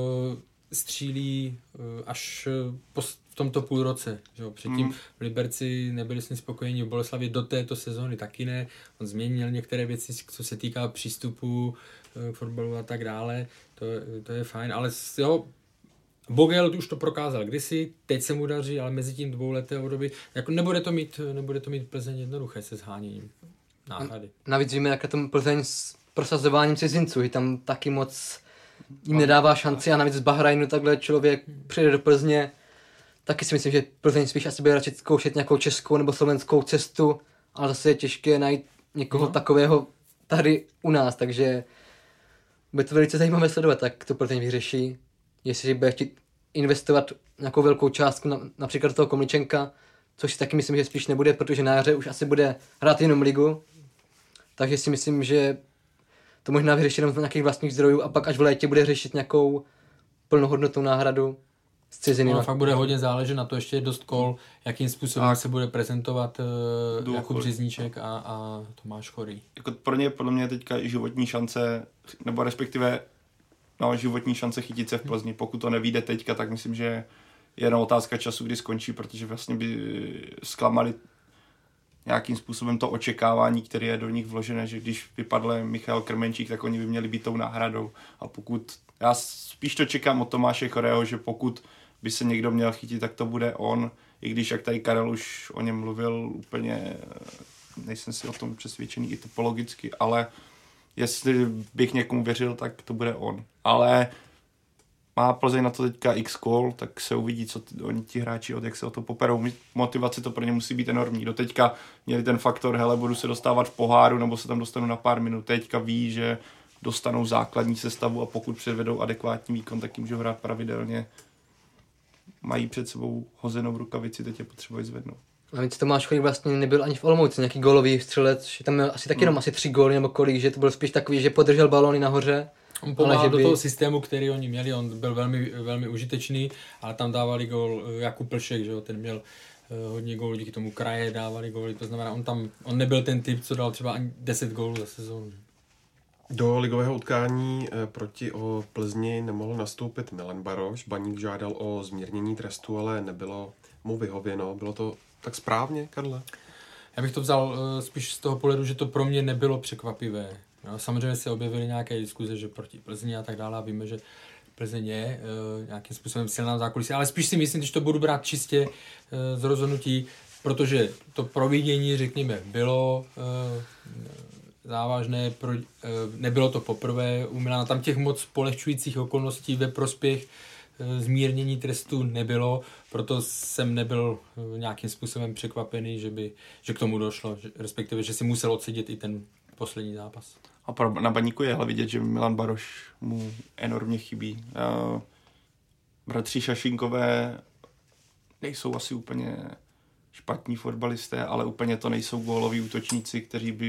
střílí až v tomto půlroce. Že? Předtím v Liberci nebyli s ním spokojení, v Boleslavě do této sezóny taky ne. On změnil některé věci, co se týká přístupu k fotbalu a tak dále. To je fajn, ale Bogel už to prokázal kdysi, teď se mu daří, ale mezi tím 2leté období, jako nebude to mít Plzeň jednoduché se sháněním náhrady. Navíc víme, jak je tom Plzeň s prosazováním cizinců, je tam taky moc jim nedává šanci a navíc z Bahrajnu takhle člověk přijde do Plzně, taky si myslím, že Plzeň spíš asi bude radši zkoušet nějakou českou nebo slovenskou cestu, ale zase je těžké najít někoho takového tady u nás, takže bude to velice zajímavé sledovat, jak to Plzeň vyřeší, jestli bude chtít investovat nějakou velkou částku, například toho Komličenka, což si taky myslím, že spíš nebude, protože na jaře už asi bude hrát jenom ligu, takže si myslím, že to možná vyřešit jenom z nějakých vlastních zdrojů a pak až v létě bude řešit nějakou plnohodnotnou náhradu z ciziny. No, fakt bude hodně záležet na to, ještě je dost kol, jakým způsobem se bude prezentovat Jakub Březníček a Tomáš Chorý. Jako podle mě teďka životní šance, nebo respektive životní šance chytit se v Plzni. Pokud to nevyjde teďka, tak myslím, že je jenom otázka času, kdy skončí, protože vlastně by zklamali nějakým způsobem to očekávání, které je do nich vložené, že když vypadl Michal Krmenčík, tak oni by měli být tou náhradou. A já spíš to čekám od Tomáše Chorého, že pokud by se někdo měl chytit, tak to bude on, i když jak tady Karel už o něm mluvil, úplně nejsem si o tom přesvědčený i typologicky, ale jestli bych někomu věřil, tak to bude on. Ale má Plzeň na to teďka x kol, tak se uvidí, co oni ti hráči, jak se o to poperou. Motivace to pro ně musí být enormní. Doteďka měli ten faktor, hele, budu se dostávat v poháru, nebo se tam dostanu na pár minut. Teďka ví, že dostanou základní sestavu a pokud předvedou adekvátní výkon, tak jim můžou hrát pravidelně. Mají před sebou hozenou rukavici, teď je potřebují zvednout. Navíc Tomáš Cholík vlastně nebyl ani v Olomouci nějaký gólový střelec, že tam měl asi taky jenom asi 3 góly nebo kolik, že to byl spíš takový, že podržel balóny nahoře. On pomáhal do toho systému, který oni měli, on byl velmi, velmi užitečný, ale tam dávali gól Jakub Plšek, že jo, ten měl hodně gólů, díky tomu kraje dávali góly, to znamená, on nebyl ten typ, co dal třeba ani 10 gólů za sezónu. Do ligového utkání proti Plzni nemohl nastoupit Milan Baroš. Baník žádal o zmírnění trestu, ale nebylo mu vyhověno. Bylo to tak správně, Karle? Já bych to vzal spíš z toho pohledu, že to pro mě nebylo překvapivé. No, samozřejmě se objevily nějaké diskuze, že proti Plzni a tak dále, a víme, že Plzeň je nějakým způsobem silná v zákulisí, ale spíš si myslím, že to budu brát čistě z rozhodnutí, protože to providění, řekněme, bylo závažné, nebylo to poprvé u Milana, tam těch moc polehčujících okolností ve prospěch zmírnění trestu nebylo, proto jsem nebyl nějakým způsobem překvapený, že k tomu došlo, respektive, že si musel odsedět i ten poslední zápas. A na Baníku je ale vidět, že Milan Baroš mu enormně chybí. Bratři Šašinkové nejsou asi úplně špatní fotbalisté, ale úplně to nejsou góloví útočníci,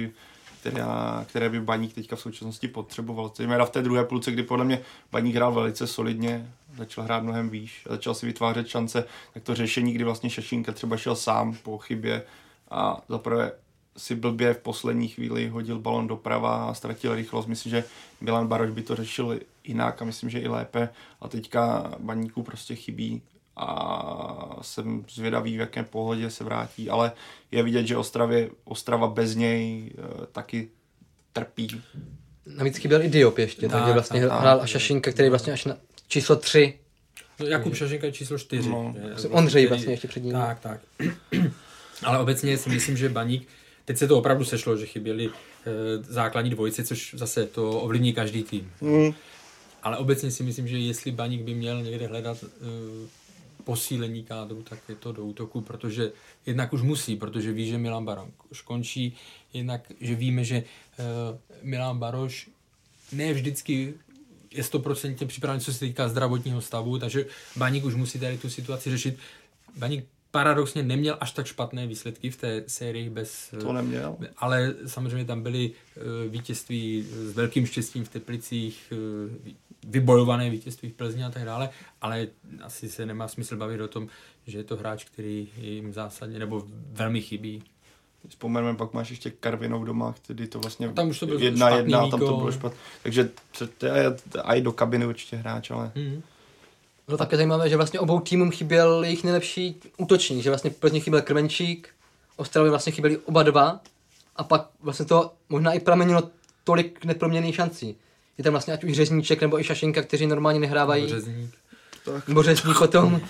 které by Baník teďka v současnosti potřeboval. Zejména v té druhé půlce, kdy podle mě Baník hrál velice solidně, začal hrát mnohem výš, začal si vytvářet šance, tak to řešení, kdy vlastně Šašinka třeba šel sám po chybě a zaprvé si blbě v poslední chvíli hodil balon doprava a ztratil rychlost. Myslím, že Milan Baroš by to řešil jinak a myslím, že i lépe. A teďka Baníku prostě chybí a jsem zvědavý, v jakém pohodě se vrátí. Ale je vidět, že Ostrava bez něj taky trpí. Navíc chyběl i Diop ještě, takže vlastně hrál Šašinka, který vlastně až na číslo 3. No, Jakub Šašinka je číslo 4. No. Ondřej vlastně ještě před ním. Tak. Ale obecně si myslím, že Baník, teď se to opravdu sešlo, že chyběli základní dvojice, což zase to ovlivní každý tým. Ale obecně si myslím, že jestli Baník by měl někde hledat posílení kádru, tak je to do útoku, protože jednak už musí, protože ví, že Milan Baroš končí, jednak, že víme, že Milan Baroš ne vždycky je 100% připravený, co se týká zdravotního stavu, takže Baník už musí tady tu situaci řešit. Baník paradoxně neměl až tak špatné výsledky v té sérii bez... To neměl. Ale samozřejmě tam byly vítězství s velkým štěstím v Teplicích, vybojované vítězství v Plzni a tak dále, ale asi se nemá smysl bavit o tom, že je to hráč, který jim zásadně nebo velmi chybí. Vzpomeneme, pak máš ještě Karvinou doma, který to vlastně tam už to bylo 1-1, tam to bylo špatně. Takže a i do kabiny určitě hráč, ale... Bylo také zajímavé, že vlastně obou týmům chyběl jejich nejlepší útočník, že vlastně Plzně chyběl Krmenčík, Ostravě vlastně chyběli oba dva a pak vlastně to možná i pramenilo tolik neproměnných šancí. Je tam vlastně ať už Řezníček nebo i Šašinka, kteří normálně nehrávají. Nebo Řezník potom.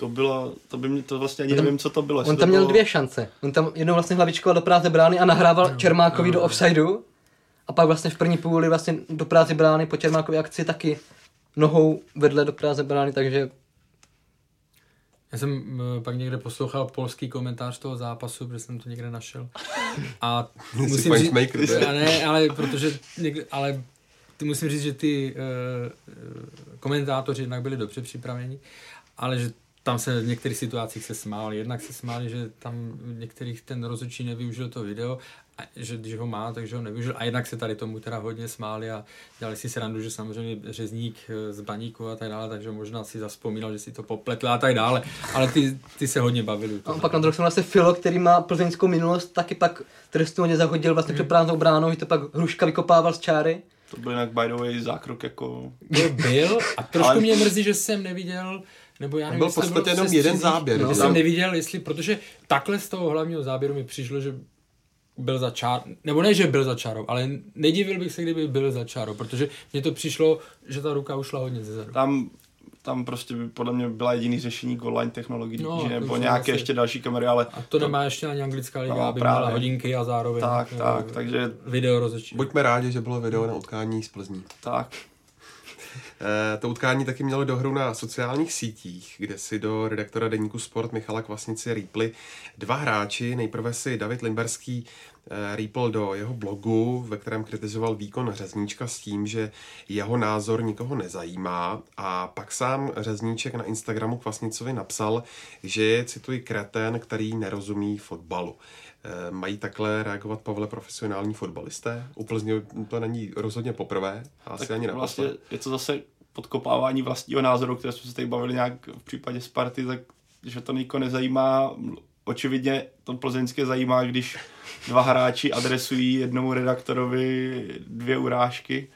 To vlastně ani nevím, co to bylo. On tam měl 2 šance. On tam jednou vlastně hlavičkoval do prázdné brány a nahrával Čermákovi do offsideu a pak vlastně v první půli vlastně do prázdné brány po Čermákově akci taky nohou vedle do prázdné brány, takže... Já jsem pak někde poslouchal polský komentář toho zápasu, protože jsem to někde našel. A musím říct... musím říct, že ty komentátoři jednak byli dobře připraveni, ale že tam se v některých situacích se smáli. Jednak se smáli, že tam v některých ten rozhodčí nevyužil to video, a že když ho má, takže ho nevyužil. A jednak se tady tomu teda hodně smáli a dělali si srandu, že samozřejmě Řezník z Baníku a tak dále, takže možná si zavzpomínal, že si to popletl a tak dále. Ale ty se hodně bavili. A pak na druhou stranu vlastně Filo, který má plzeňskou minulost, taky pak trestně hodně zahodil vlastně před prázdnou bránou, že to pak Hruška vykopával z čáry. To byl jinak by the way zákrok jako... Byl a trošku mě mrzí, že jsem neviděl, nebo já nevím, byl v podstatě jenom jeden záběr. No, jsem neviděl, protože takhle z toho hlavního záběru mi přišlo, že byl za čárou, nebo ne, že byl za čárou, ale nedivil bych se, kdyby byl za čárou, protože mně to přišlo, že ta ruka ušla hodně zezadu. Tam prostě podle mě byla jediný řešení goal line technologií, nebo nějaké ještě další kamery, ale... A to nemá ještě ani anglická liga, aby měla hodinky a zároveň takže... video rozhodčí. Buďme rádi, že bylo video na utkání z Plzní. Tak. To utkání taky mělo dohru na sociálních sítích, kde si do redaktora deníku Sport Michala Kvasnici rýpli 2 hráči. Nejprve si David Limberský rýpl do jeho blogu, ve kterém kritizoval výkon Řezníčka s tím, že jeho názor nikoho nezajímá, a pak sám Řezníček na Instagramu Kvasnicovi napsal, že je, cituji, kretén, který nerozumí fotbalu. Mají takhle reagovat, Pavle, profesionální fotbalisté? U Plzně to není rozhodně poprvé, asi ani naposled. Vlastně je to zase podkopávání vlastního názoru, které jsme se tady bavili nějak v případě Sparty, tak že to nikoho nezajímá. Očividně to plzeňské zajímá, když dva hráči adresují jednomu redaktorovi 2 urážky.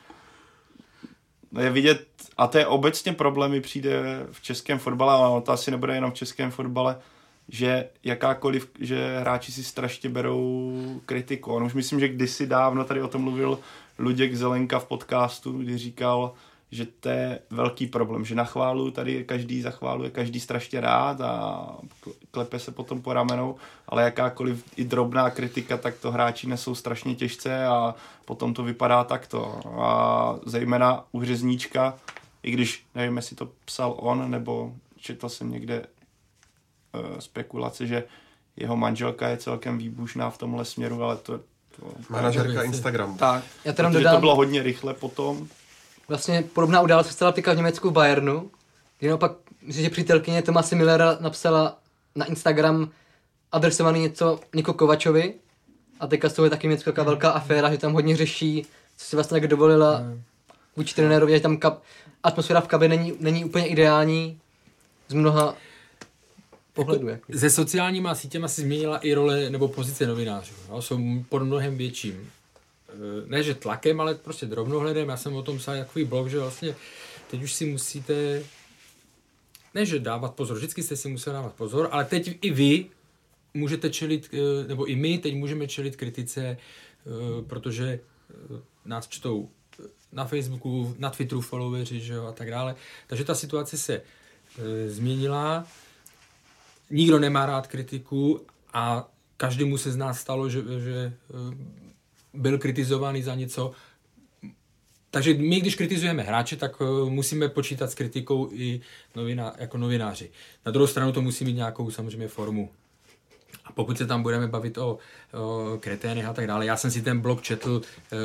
Je vidět, a to je obecně problém, mi přijde v českém fotbale, ale to asi nebude jenom v českém fotbale, že že hráči si strašně berou kritiku. On už myslím, že kdysi dávno tady o tom mluvil Luděk Zelenka v podcastu, kdy říkal, že to je velký problém, že na chválu tady každý zachváluje, každý strašně rád a klepe se potom po ramenou, ale jakákoliv i drobná kritika, tak to hráči nesou strašně těžce a potom to vypadá takto. A zejména u Řezníčka, i když nevím, jestli to psal on, nebo četl jsem někde spekulace, že jeho manželka je celkem výbušná v tomhle směru, ale to manažerka Instagramu. Tak, já teda protože to bylo hodně rychle potom. Vlastně podobná událost se stala v Německu v Bayernu, kdy naopak, myslím, že přítelkyně Tomase Millera napsala na Instagram adresovaný něco Niko Kovačovi, a teďka z toho je taky Německo taková velká aféra, že tam hodně řeší, co si vlastně tak dovolila vůči trenérovi, že tam atmosféra v kabině není úplně ideální z mnoha pohledů. Se sociálníma sítěma si změnila i role nebo pozice novinářů. No? Jsou pod mnohem větším. Ne, že tlakem, ale prostě drobnohledem. Já jsem o tom psal takový blog, že vlastně teď už si musíte, ne, že dávat pozor, vždycky jste si museli dávat pozor, ale teď i vy můžete čelit, nebo i my teď můžeme čelit kritice, protože nás čtou na Facebooku, na Twitteru followeři, že jo, a tak dále. Takže ta situace se změnila. Nikdo nemá rád kritiku a každému se z nás stalo, že byl kritizovaný za něco. Takže my, když kritizujeme hráče, tak musíme počítat s kritikou i jako novináři. Na druhou stranu to musí mít nějakou samozřejmě formu. A pokud se tam budeme bavit o kreténech a tak dále, já jsem si ten blog četl,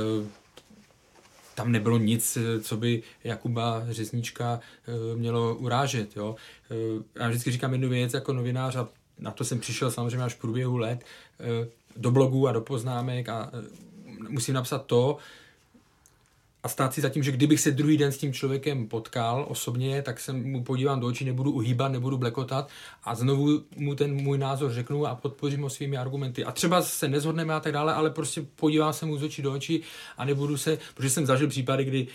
tam nebylo nic, co by Jakuba Řezníčka mělo urážet. Jo. Já vždycky říkám jednu věc jako novinář, a na to jsem přišel samozřejmě až v průběhu let, do blogů a do poznámek, a musím napsat to a stát si za tím, že kdybych se druhý den s tím člověkem potkal osobně, tak se mu podívám do očí, nebudu uhýbat, nebudu blekotat a znovu mu ten můj názor řeknu a podpořím ho svými argumenty. A třeba se neshodneme a tak dále, ale prostě podívám se mu z očí do očí a nebudu se, protože jsem zažil případy, kdy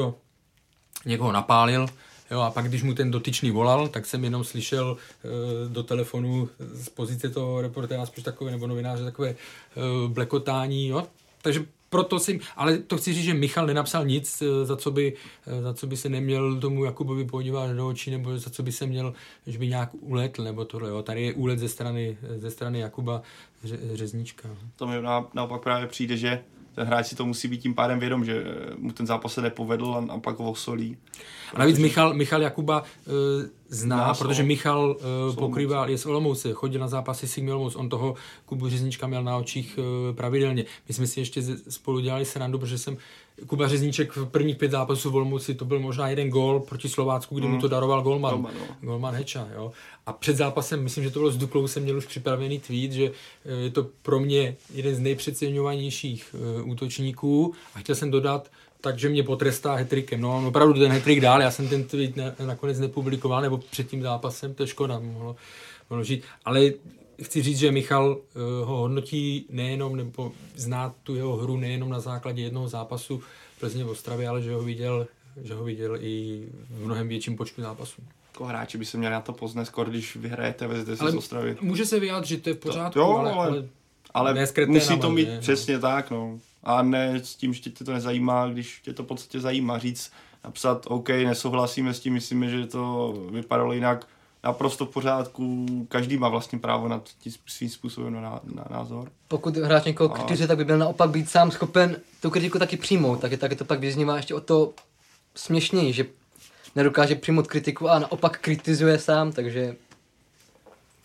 někoho napálil, jo, a pak když mu ten dotyčný volal, tak jsem jenom slyšel do telefonu z pozice toho reportéra, spíš takové, nebo novináře, takové blekotání, jo. Takže proto ale to chci říct, že Michal nenapsal nic, za co by se neměl tomu Jakubovi podívat do očí, nebo za co by se měl, že by nějak uletl, nebo tohle, jo. Tady je úlet ze strany Jakuba Řezníčka. To mi naopak právě přijde, že ten hráč si to musí být tím pádem vědom, že mu ten zápas se nepovedl a pak ho osolí. A navíc Michal Jakuba zná, protože Michal pokrýval, je z Olomouce, chodil na zápasy Sigmy Olomouc, on toho Kubu Řezníčka měl na očích pravidelně. My jsme si ještě spolu dělali srandu, protože Kuba Řezníček v prvních 5 zápasů v Olomouci, to byl možná jeden gól proti Slovácku, kdy mu to daroval golman Heča. Jo. A před zápasem, myslím, že to bylo s Duklou, jsem měl už připravený tweet, že je to pro mě jeden z nejpřeceňovanějších útočníků a chtěl jsem dodat, takže mě potrestá hat-trickem. No, on opravdu ten hat-trick dál, já jsem ten tweet nakonec nepublikoval, nebo před tím zápasem, to je škoda, mohlo žít. Ale chci říct, že Michal ho hodnotí nejenom, nebo zná tu jeho hru nejenom na základě jednoho zápasu Plzně v Ostravě, ale že ho viděl i v mnohem větším počtu zápasů. Jako hráči by se měli na to poznat, skoro když vyhrajete, vezete se z Ostravy. Může se vyjádřit, to je v pořádku, jo, ale musí to mít přesně tak, no. A ne s tím, že tě to nezajímá, když tě to v podstatě zajímá. Říct, napsat, OK, nesouhlasíme s tím, myslíme, že to vypadalo jinak, naprosto v pořádku, každý má vlastně právo na svým způsobem na názor. Pokud hráč někoho kritizuje, tak by měl naopak být sám schopen tu kritiku taky přijmout, tak to pak vyznívá ještě o to směšněji, že nedokáže přijmout kritiku a naopak kritizuje sám, takže...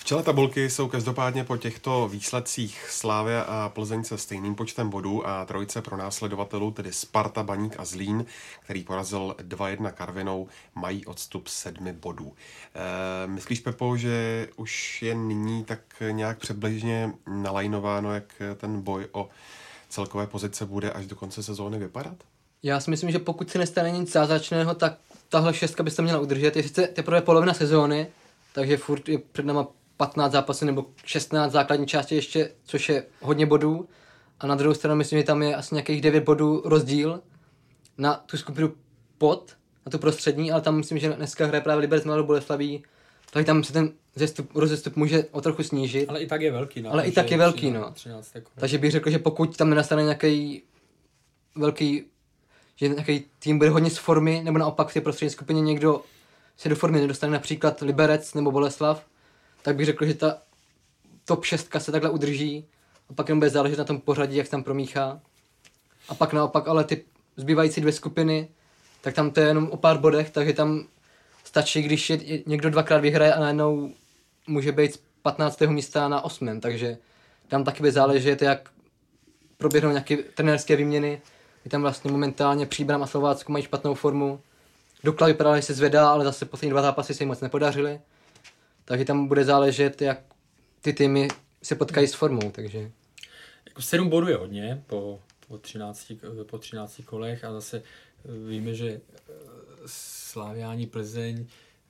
čele tabulky jsou každopádně po těchto výsledcích Slavia a Plzeň se stejným počtem bodů a trojice pronásledovatelů, tedy Sparta, Baník a Zlín, který porazil 2-1 Karvinou, mají odstup 7 bodů. Myslíš, Pepo, že už je nyní tak nějak přibližně nalajnováno, jak ten boj o celkové pozice bude až do konce sezóny vypadat? Já si myslím, že pokud se nestane nic zázračného, tak tahle 6 by se měla udržet. Je sice teprve polovina sezóny, takže furt je před náma 15 zápasů nebo 16 základní části ještě, což je hodně bodů. A na druhou stranu myslím, že tam je asi nějakých 9 bodů rozdíl na tu skupinu pod, na tu prostřední, ale tam myslím, že dneska hraje právě Liberec Mladou Boleslaví, takže tam se ten rozestup může o trochu snížit. Ale i tak je velký, no. Ale i tak je velký, no. 13, takže bych řekl, že pokud tam nenastane nějaký velký, že nějaký tým bude hodně z formy, nebo naopak v té prostřední skupině někdo se do formy nedostane, například Liberec nebo Boleslav, tak bych řekl, že ta top 6 se takhle udrží a pak jenom bude záležet na tom pořadí, jak se tam promíchá. A pak naopak, ale ty zbývající 2 skupiny, tak tam to je jenom o pár bodech, takže tam stačí, když je někdo 2krát vyhraje a najednou může být z 15. místa na 8. Takže tam taky bude záležet, jak proběhnou nějaké trenérské výměny. Je tam vlastně momentálně Příbram a Slovácko mají špatnou formu. Dukla vypadala, že se zvedá, ale zase poslední 2 zápasy se jim moc nepodařily. Takže tam bude záležet, jak ty týmy se potkají s formou, takže... Jako 7 bodů je hodně po 13 kolech a zase víme, že Slaviáni, Plzeň,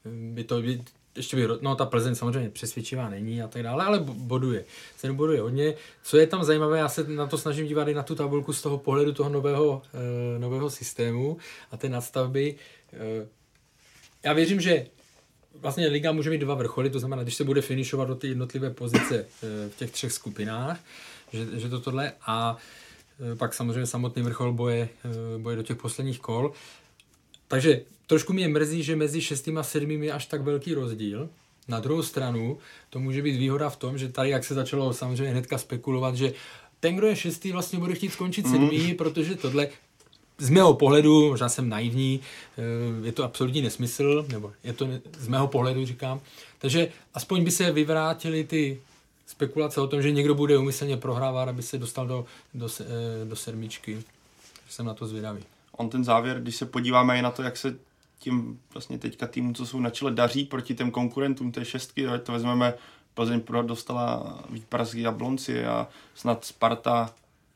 ta Plzeň samozřejmě přesvědčivá není a tak dále, ale boduje. 7 bodů je hodně. Co je tam zajímavé, já se na to snažím dívat i na tu tabulku z toho pohledu toho nového systému a té nadstavby. Já věřím, že vlastně liga může mít 2 vrcholy, to znamená, když se bude finišovat do ty jednotlivé pozice v těch 3 skupinách, že to tohle a pak samozřejmě samotný vrchol boje do těch posledních kol. Takže trošku mě mrzí, že mezi 6. a 7. je až tak velký rozdíl. Na druhou stranu to může být výhoda v tom, že tady, jak se začalo samozřejmě hnedka spekulovat, že ten, kdo je 6. vlastně bude chtít skončit 7., protože tohle z mého pohledu, možná jsem naivní, je to absolutní nesmysl, nebo je to z mého pohledu, říkám. Takže aspoň by se vyvrátily ty spekulace o tom, že někdo bude úmyslně prohrávat, aby se dostal do 7. Jsem na to zvědavý. On ten závěr, když se podíváme i na to, jak se tím vlastně teďka týmu, co jsou na čele, daří proti těm konkurentům té 6, to vezmeme, Plzeň dostala výprask Jablonci a snad Sparta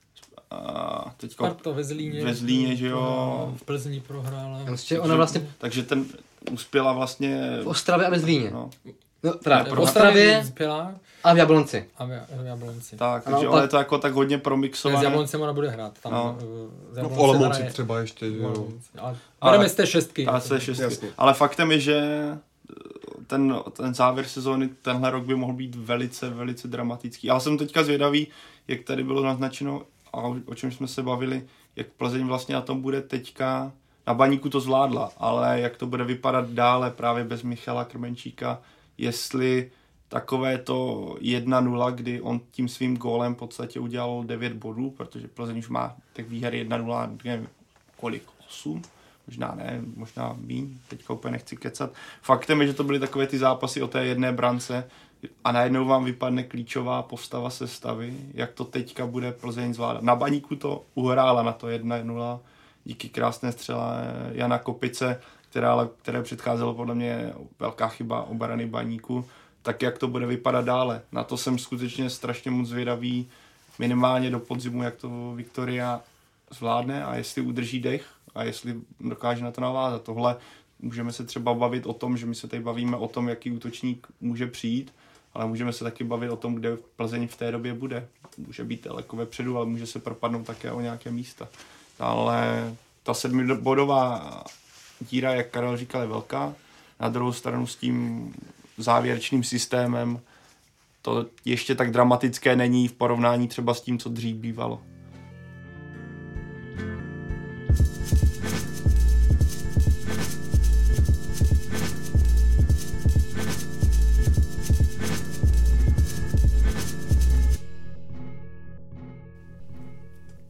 ve Zlíně, že jo. V Plzni prohrála. Ona vlastně... Takže ten uspěla vlastně... V Ostravě a ve Zlíně. V Ostravě a v Jablonci. Tak, takže ono je to jako tak hodně promixované. S Jabloncem ona bude hrát. Tam, v Olomouci třeba ještě. Budeme z té 6. Ale faktem je, že ten závěr sezóny tenhle rok by mohl být velice, velice dramatický. Já jsem teďka zvědavý, jak tady bylo naznačeno a o čem jsme se bavili, jak Plzeň vlastně na tom bude teďka. Na Baníku to zvládla, ale jak to bude vypadat dále právě bez Michala Krmenčíka, jestli takové to 1-0, kdy on tím svým gólem v podstatě udělal 9 bodů, protože Plzeň už má tak výher 1-0, nevím kolik, 8? Možná ne, možná míň, teďka úplně nechci kecat. Faktem je, že to byly takové ty zápasy o té jedné brance a najednou vám vypadne klíčová postava sestavy, jak to teďka bude Plzeň zvládat. Na Baníku to uhrála na to 1-0, díky krásné střele Jana Kopice, které předcházelo podle mě velká chyba obrany Baníku, tak jak to bude vypadat dále. Na to jsem skutečně strašně moc zvědavý, minimálně do podzimu, jak to Viktoria zvládne a jestli udrží dech a jestli dokáže na to navázat. Tohle můžeme se třeba bavit o tom, že my se tady bavíme o tom, jaký útočník může přijít, ale můžeme se taky bavit o tom, kde Plzeň v té době bude. Může být daleko vepředu, ale může se propadnout také o nějaké místa. Ale ta 7bodová díra, jak Karel říkal, je velká. Na druhou stranu s tím závěrečným systémem to ještě tak dramatické není v porovnání třeba s tím, co dřív bývalo.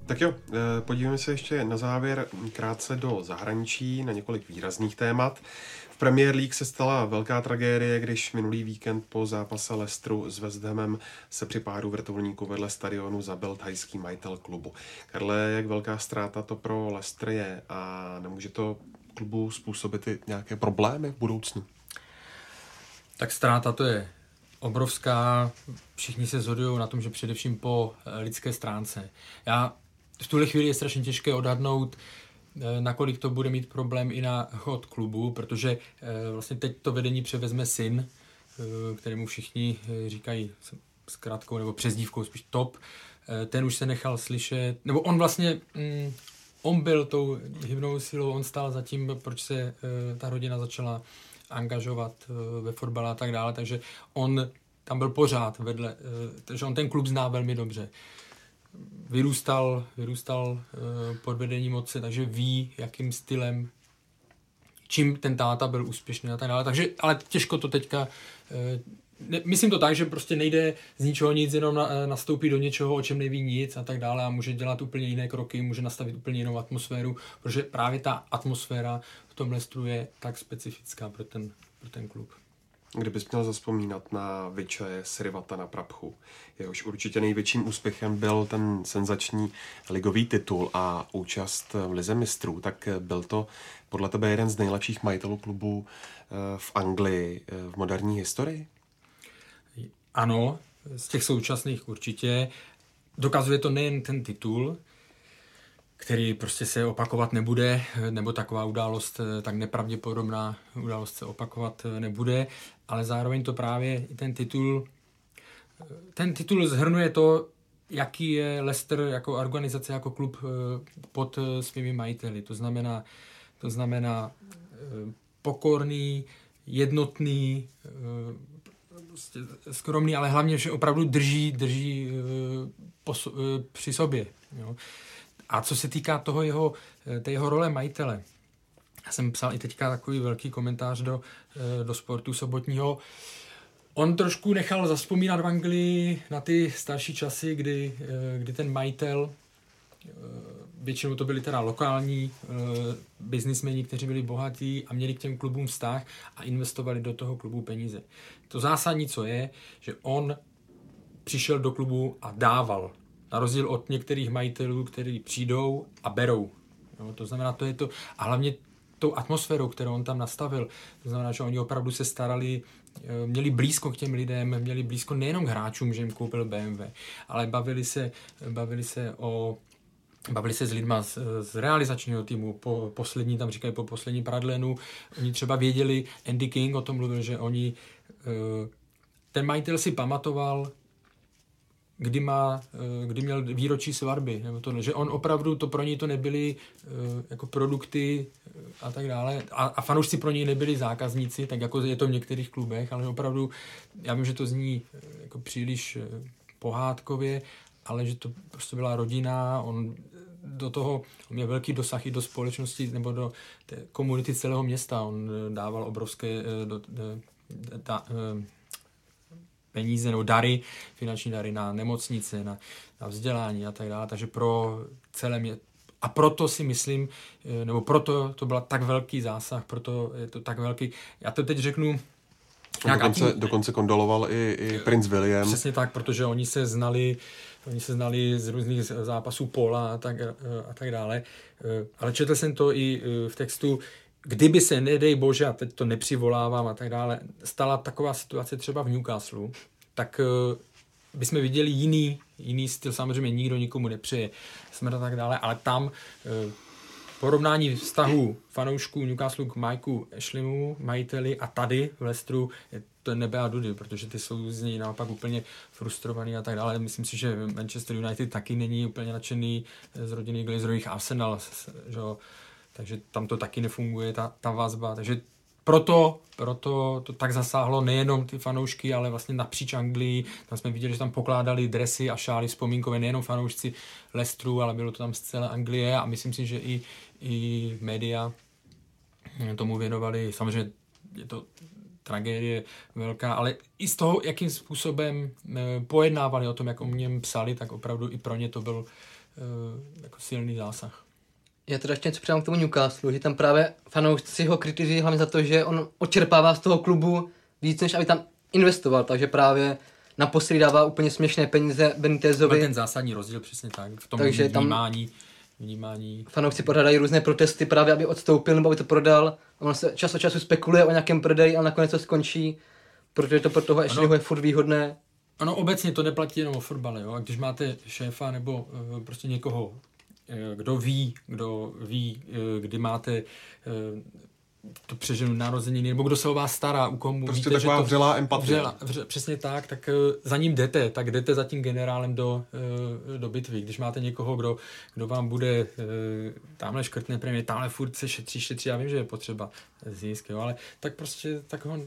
Tak jo, podívejme se ještě na závěr krátce do zahraničí, na několik výrazných témat. V Premier League se stala velká tragédie, když minulý víkend po zápase Leicesteru s West Hamem se při pádu vrtulníku vedle stadionu zabil thajský majitel klubu. Karle, jak velká ztráta to pro Leicester je a nemůže to klubu způsobit i nějaké problémy v budoucnu? Tak ztráta to je obrovská, všichni se shodují na tom, že především po lidské stránce. V tuhle chvíli je strašně těžké odhadnout, nakolik to bude mít problém i na chod klubu, protože vlastně teď to vedení převezme syn, kterému všichni říkají s krátkou nebo přezdívkou spíš Top. Ten už se nechal slyšet, nebo on vlastně, on byl tou hybnou silou, on stál za tím, proč se ta rodina začala angažovat ve fotbale a tak dále, takže on tam byl pořád vedle, takže on ten klub zná velmi dobře. Vyrůstal pod vedením otce, takže ví, jakým stylem, čím ten táta byl úspěšný a tak dále. Takže, ale těžko to teďka, myslím to tak, že prostě nejde z ničeho nic, jenom nastoupit do něčeho, o čem neví nic a tak dále a může dělat úplně jiné kroky, může nastavit úplně jinou atmosféru, protože právě ta atmosféra v tom Leicesteru je tak specifická pro ten klub. Kdybys měl zazpomínat na Vichaye Srivatana Prabhu, jehož určitě největším úspěchem byl ten senzační ligový titul a účast v Lize mistrů, tak byl to podle tebe jeden z nejlepších majitelů klubů v Anglii v moderní historii? Ano, z těch současných určitě. Dokazuje to nejen ten titul, který prostě se opakovat nebude, nebo taková událost, tak nepravděpodobná událost se opakovat nebude, ale zároveň to právě i ten titul zhrnuje to, jaký je Leicester jako organizace, jako klub pod svými majiteli. To znamená pokorný, jednotný, skromný, ale hlavně, že opravdu drží při sobě. Jo. A co se týká té jeho role majitele, já jsem psal i teďka takový velký komentář do Sportu sobotního. On trošku nechal zavzpomínat v Anglii na ty starší časy, kdy ten majitel, většinou to byli teda lokální biznismeni, kteří byli bohatí a měli k těm klubům vztah a investovali do toho klubu peníze. To zásadní, co je, že on přišel do klubu a dával. Na rozdíl od některých majitelů, kteří přijdou a berou. No, to znamená, to je to. A hlavně tou atmosférou, kterou on tam nastavil. To znamená, že oni opravdu se starali, měli blízko k těm lidem, měli blízko nejenom k hráčům, že jim koupil BMW, ale bavili se s lidma z realizačního týmu, po poslední Pradlenu. Oni třeba věděli, Andy King o tom mluvil, že ten majitel si pamatoval, kdy měl výročí svatby, nebo to, že on opravdu, to pro něj to nebyly jako produkty a tak dále. A fanoušci pro něj nebyli zákazníci, tak jako je to v některých klubech, ale opravdu, já vím, že to zní jako příliš pohádkově, ale že to prostě byla rodina, on měl velký dosah i do společnosti nebo do té komunity celého města, on dával obrovské peníze nebo dary, finanční dary na nemocnice, na vzdělání a tak dále, takže pro celé a proto si myslím, nebo proto to byl tak velký zásah, proto je to tak velký, já to teď řeknu, dokonce kondoloval i princ William. Přesně tak, protože oni se znali z různých zápasů póla a tak dále, ale četl jsem to i v textu, kdyby se, nedej bože, a teď to nepřivolávám a tak dále, stala taková situace třeba v Newcastle, tak bychom viděli jiný styl, samozřejmě nikdo nikomu nepřeje, jsme a tak dále, ale tam porovnání vztahu fanoušků Newcastle k Mikeu Ashleymu, majiteli a tady v Leicesteru je to nebe a dudy, protože ty jsou z něj naopak úplně frustrovaný a tak dále. Myslím si, že Manchester United taky není úplně nadšený z rodiny Glazerových, Arsenal, že? Takže tam to taky nefunguje, ta vazba. Takže proto to tak zasáhlo nejenom ty fanoušky, ale vlastně napříč Anglii. Tam jsme viděli, že tam pokládali dresy a šály vzpomínkové nejenom fanoušci Leicesteru, ale bylo to tam z celé Anglie a myslím si, že i média tomu věnovali. Samozřejmě je to tragédie velká, ale i z toho, jakým způsobem pojednávali o tom, jak o něm psali, tak opravdu i pro ně to byl jako silný zásah. Já teda ještě něco přidám k tomu Newcastle, že tam právě fanoušci ho kritizují hlavně za to, že on odčerpává z toho klubu víc, než aby tam investoval, takže právě naposledy dává úplně směšné peníze Benitezovi. Ten zásadní rozdíl přesně tak, v tom takže vnímání. Fanoušci pořádají různé protesty právě, aby odstoupil nebo aby to prodal. On se čas od času spekuluje o nějakém prodeji, ale nakonec to skončí, protože to pro toho ještě je furt výhodné. Ano, obecně to neplatí jenom o fotbale, jo? A když máte šéfa nebo prostě někoho, kdo ví, kdy máte to přeženu narozeniny, nebo kdo se o vás stará, u komu prostě víte, taková že to vřelá empatie. Přesně tak za ním jdete za tím generálem do bitvy. Když máte někoho, kdo vám bude tamhle škrtne prémie, tamhle furt se šetří, já vím, že je potřeba zisk, jo, ale tak prostě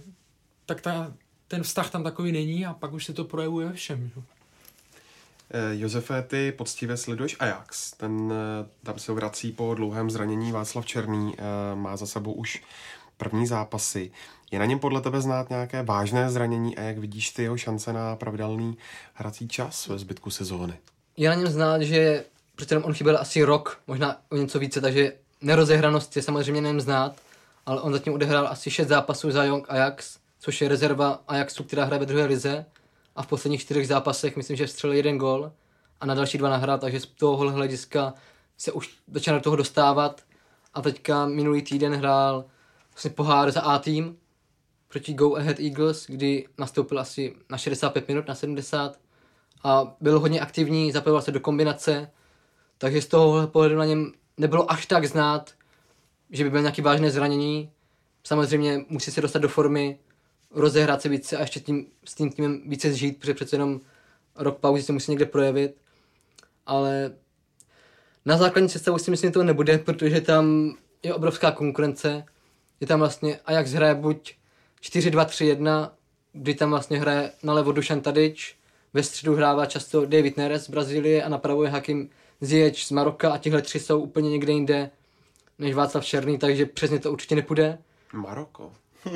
ten vztah tam takový není a pak už se to projevuje ve všem. Jo. Josefe, ty poctivě sleduješ Ajax. Tam se vrací po dlouhém zranění Václav Černý, má za sebou už první zápasy. Je na něm podle tebe znát nějaké vážné zranění a jak vidíš ty jeho šance na pravidelný hrací čas ve zbytku sezóny? Je na něm znát, že protože on chyběl asi rok, možná o něco více, takže nerozehranost je samozřejmě na něm znát, ale on zatím odehrál asi 6 zápasů za Young Ajax, což je rezerva Ajaxu, která hraje ve druhé lize. A v posledních 4 zápasech myslím, že vstřelil 1 gól a na další 2 nahrál, takže z toho hlediska se už začíná do toho dostávat. A teďka minulý týden hrál vlastně pohár za A-tým proti Go Ahead Eagles, kdy nastoupil asi na 65 minut, na 70 a byl hodně aktivní, zapojoval se do kombinace, takže z toho pohledu na něm nebylo až tak znát, že by byl nějaký vážné zranění. Samozřejmě musí se dostat do formy, rozehrát se více a ještě s tím týmem více zžít, protože přece jenom rok pauzy se musí někde projevit. Ale na základní sestavu si myslím, že to nebude, protože tam je obrovská konkurence. Je tam vlastně Ajax hraje buď 4-2-3-1, kdy tam vlastně hraje nalevo Dušan Tadić, ve středu hrává často David Neres z Brazílie a napravo je Hakim Ziyech z Maroka a tihle 3 jsou úplně někde jinde než Václav Černý, takže přesně to určitě nepůjde. Maroko.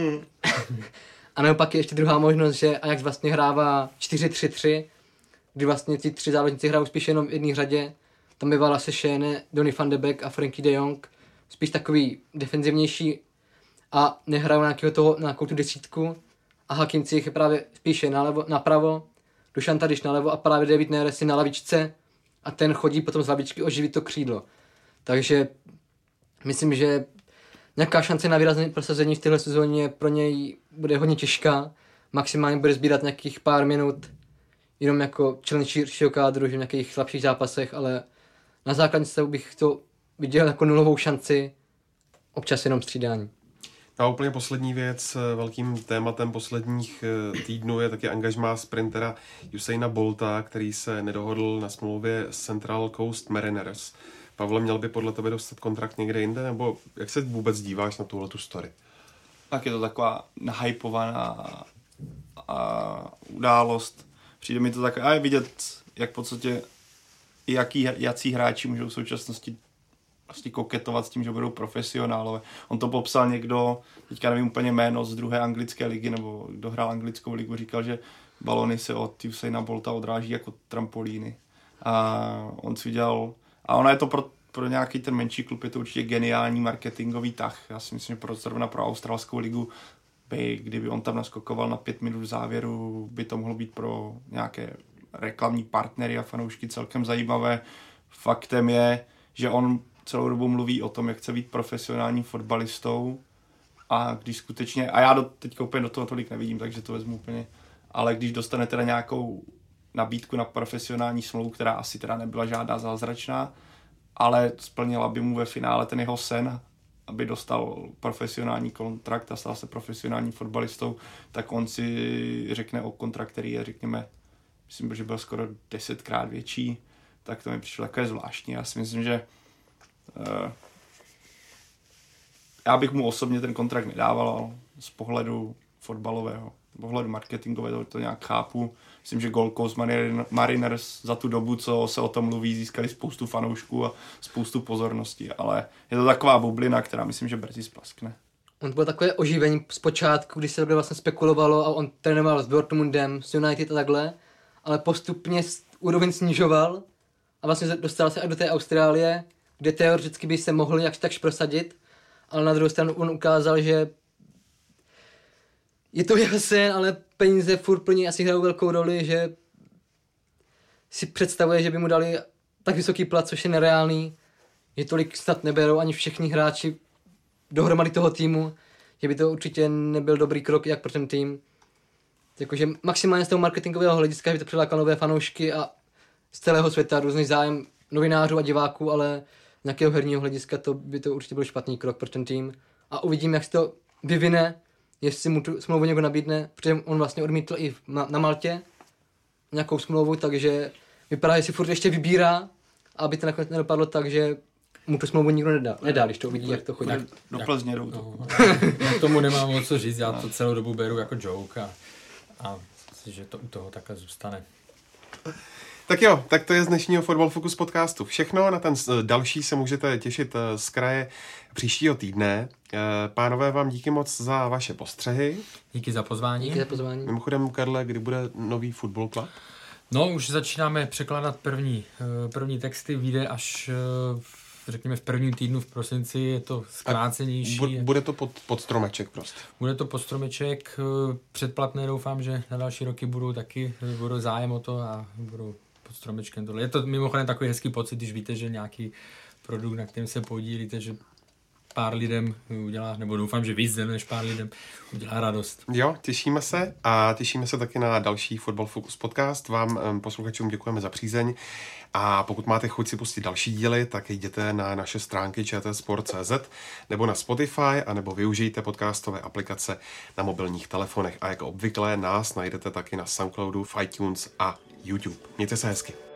A nebo pak je ještě druhá možnost, že Ajax vlastně hrává 4-3-3, kdy vlastně ti 3 záložníci hrajou spíš jenom v jedné řadě. Tam býval Lasse Schöne, Donny van de Beek a Frenkie de Jong, spíš takový defenzivnější a nehrajou nějakou tu desítku. A Hakim Ziyech je právě spíše napravo, Dušan Tadić nalevo a právě David Neres je na lavičce a ten chodí potom z lavičky oživit to křídlo. Takže myslím, že nějaká šance na výrazné prosazení v téhle sezóně pro něj bude hodně těžká. Maximálně bude sbírat nějakých pár minut jenom jako člen širšího kádru, že v nějakých slabších zápasech, ale na základní stavu bych to viděl jako nulovou šanci, občas jenom střídání. A úplně poslední věc, velkým tématem posledních týdnů je taky angažmá sprintera Usaina Bolta, který se nedohodl na smlouvě s Central Coast Mariners. Pavle, měl by podle tebe dostat kontrakt někde jinde, nebo jak se vůbec díváš na tuhletu story? Tak je to taková nahypovaná událost. Přijde mi to tak, a je vidět, jak v podstatě jací hráči můžou v současnosti vlastně koketovat s tím, že budou profesionálové. On to popsal někdo, teďka nevím úplně jméno, z druhé anglické ligy, nebo kdo hrál anglickou ligu, říkal, že balony se od Usaina Bolta odráží jako trampolíny. A on si udělal, a ona je to pro nějaký ten menší klub, je to určitě geniální marketingový tah. Já si myslím, že zrovna pro australskou ligu, kdyby on tam naskokoval na 5 minut v závěru, by to mohlo být pro nějaké reklamní partnery a fanoušky celkem zajímavé. Faktem je, že on celou dobu mluví o tom, jak chce být profesionálním fotbalistou a když skutečně, a já teďka úplně do toho tolik nevidím, takže to vezmu úplně, ale když dostane teda nějakou nabídku na profesionální smlouvu, která asi teda nebyla žádná zázračná, ale splnila by mu ve finále ten jeho sen, aby dostal profesionální kontrakt a stal se profesionálním fotbalistou, tak on si řekne o kontrakt, který je, řekněme, myslím, že byl skoro 10krát větší, tak to mi přišlo takové zvláštní. Já si myslím, že já bych mu osobně ten kontrakt nedával z pohledu fotbalového, z pohledu marketingového, to nějak chápu. Myslím, že Gold Coast Mariners za tu dobu, co se o tom mluví, získali spoustu fanoušků a spoustu pozornosti, ale je to taková bublina, která myslím, že brzy splaskne. On to bylo takové oživení zpočátku, když se vlastně spekulovalo a on trénoval s Dortmundem, s United a takhle, ale postupně úroveň snižoval a vlastně dostal se až do té Austrálie, kde teoreticky by se mohl jakž takž prosadit, ale na druhou stranu on ukázal, že je to jeho sen, ale peníze furt pro něj asi hrajou velkou roli, že si představuje, že by mu dali tak vysoký plat, což je nereálný, že tolik snad neberou ani všichni hráči dohromady toho týmu, že by to určitě nebyl dobrý krok jak pro ten tým. Jakože maximálně z toho marketingového hlediska by to přilákalo nové fanoušky a z celého světa různý zájem novinářů a diváků, ale z nějakého herního hlediska to by to určitě byl špatný krok pro ten tým. A uvidím, jak se to vyvine, jestli mu tu smlouvu někdo nabídne, protože on vlastně odmítl i na Maltě nějakou smlouvu, takže vypadá, že si furt ještě vybírá, aby to nakonec nedopadlo tak, že mu tu smlouvu nikdo nedá, když to uvidí, jak to chodí. Do Plzně jdou to. Já tomu nemám moc co říct, já to celou dobu beru jako joke a myslím, že to u toho takhle zůstane. Tak jo, tak to je z dnešního Fotbal Focus podcastu všechno. Na ten další se můžete těšit z kraje příštího týdne. Pánové, vám díky moc za vaše postřehy. Díky za pozvání. Díky za pozvání. Mimochodem, Karle, kdy bude nový Football Club? No, už začínáme překládat první texty, vyjde až řekněme v prvním týdnu v prosinci, je to zkrácenější. Bude to pod stromeček prostě. Bude to pod stromeček, předplatné, doufám, že na další roky budou zájem o to a budou pod stromečkem tohle. Je to mimochodem takový hezký pocit, když víte, že nějaký produkt, na kterém se podílíte, že pár lidem udělá, nebo doufám, že víc než pár lidem udělá radost. Jo, těšíme se a těšíme se taky na další Fotbal Focus podcast. Vám posluchačům děkujeme za přízeň a pokud máte chuť si pustit další díly, tak jděte na naše stránky čtsport.cz nebo na Spotify a nebo využijte podcastové aplikace na mobilních telefonech a jako obvykle nás najdete taky na Soundcloudu, iTunes a YouTube. Mějte se hezky.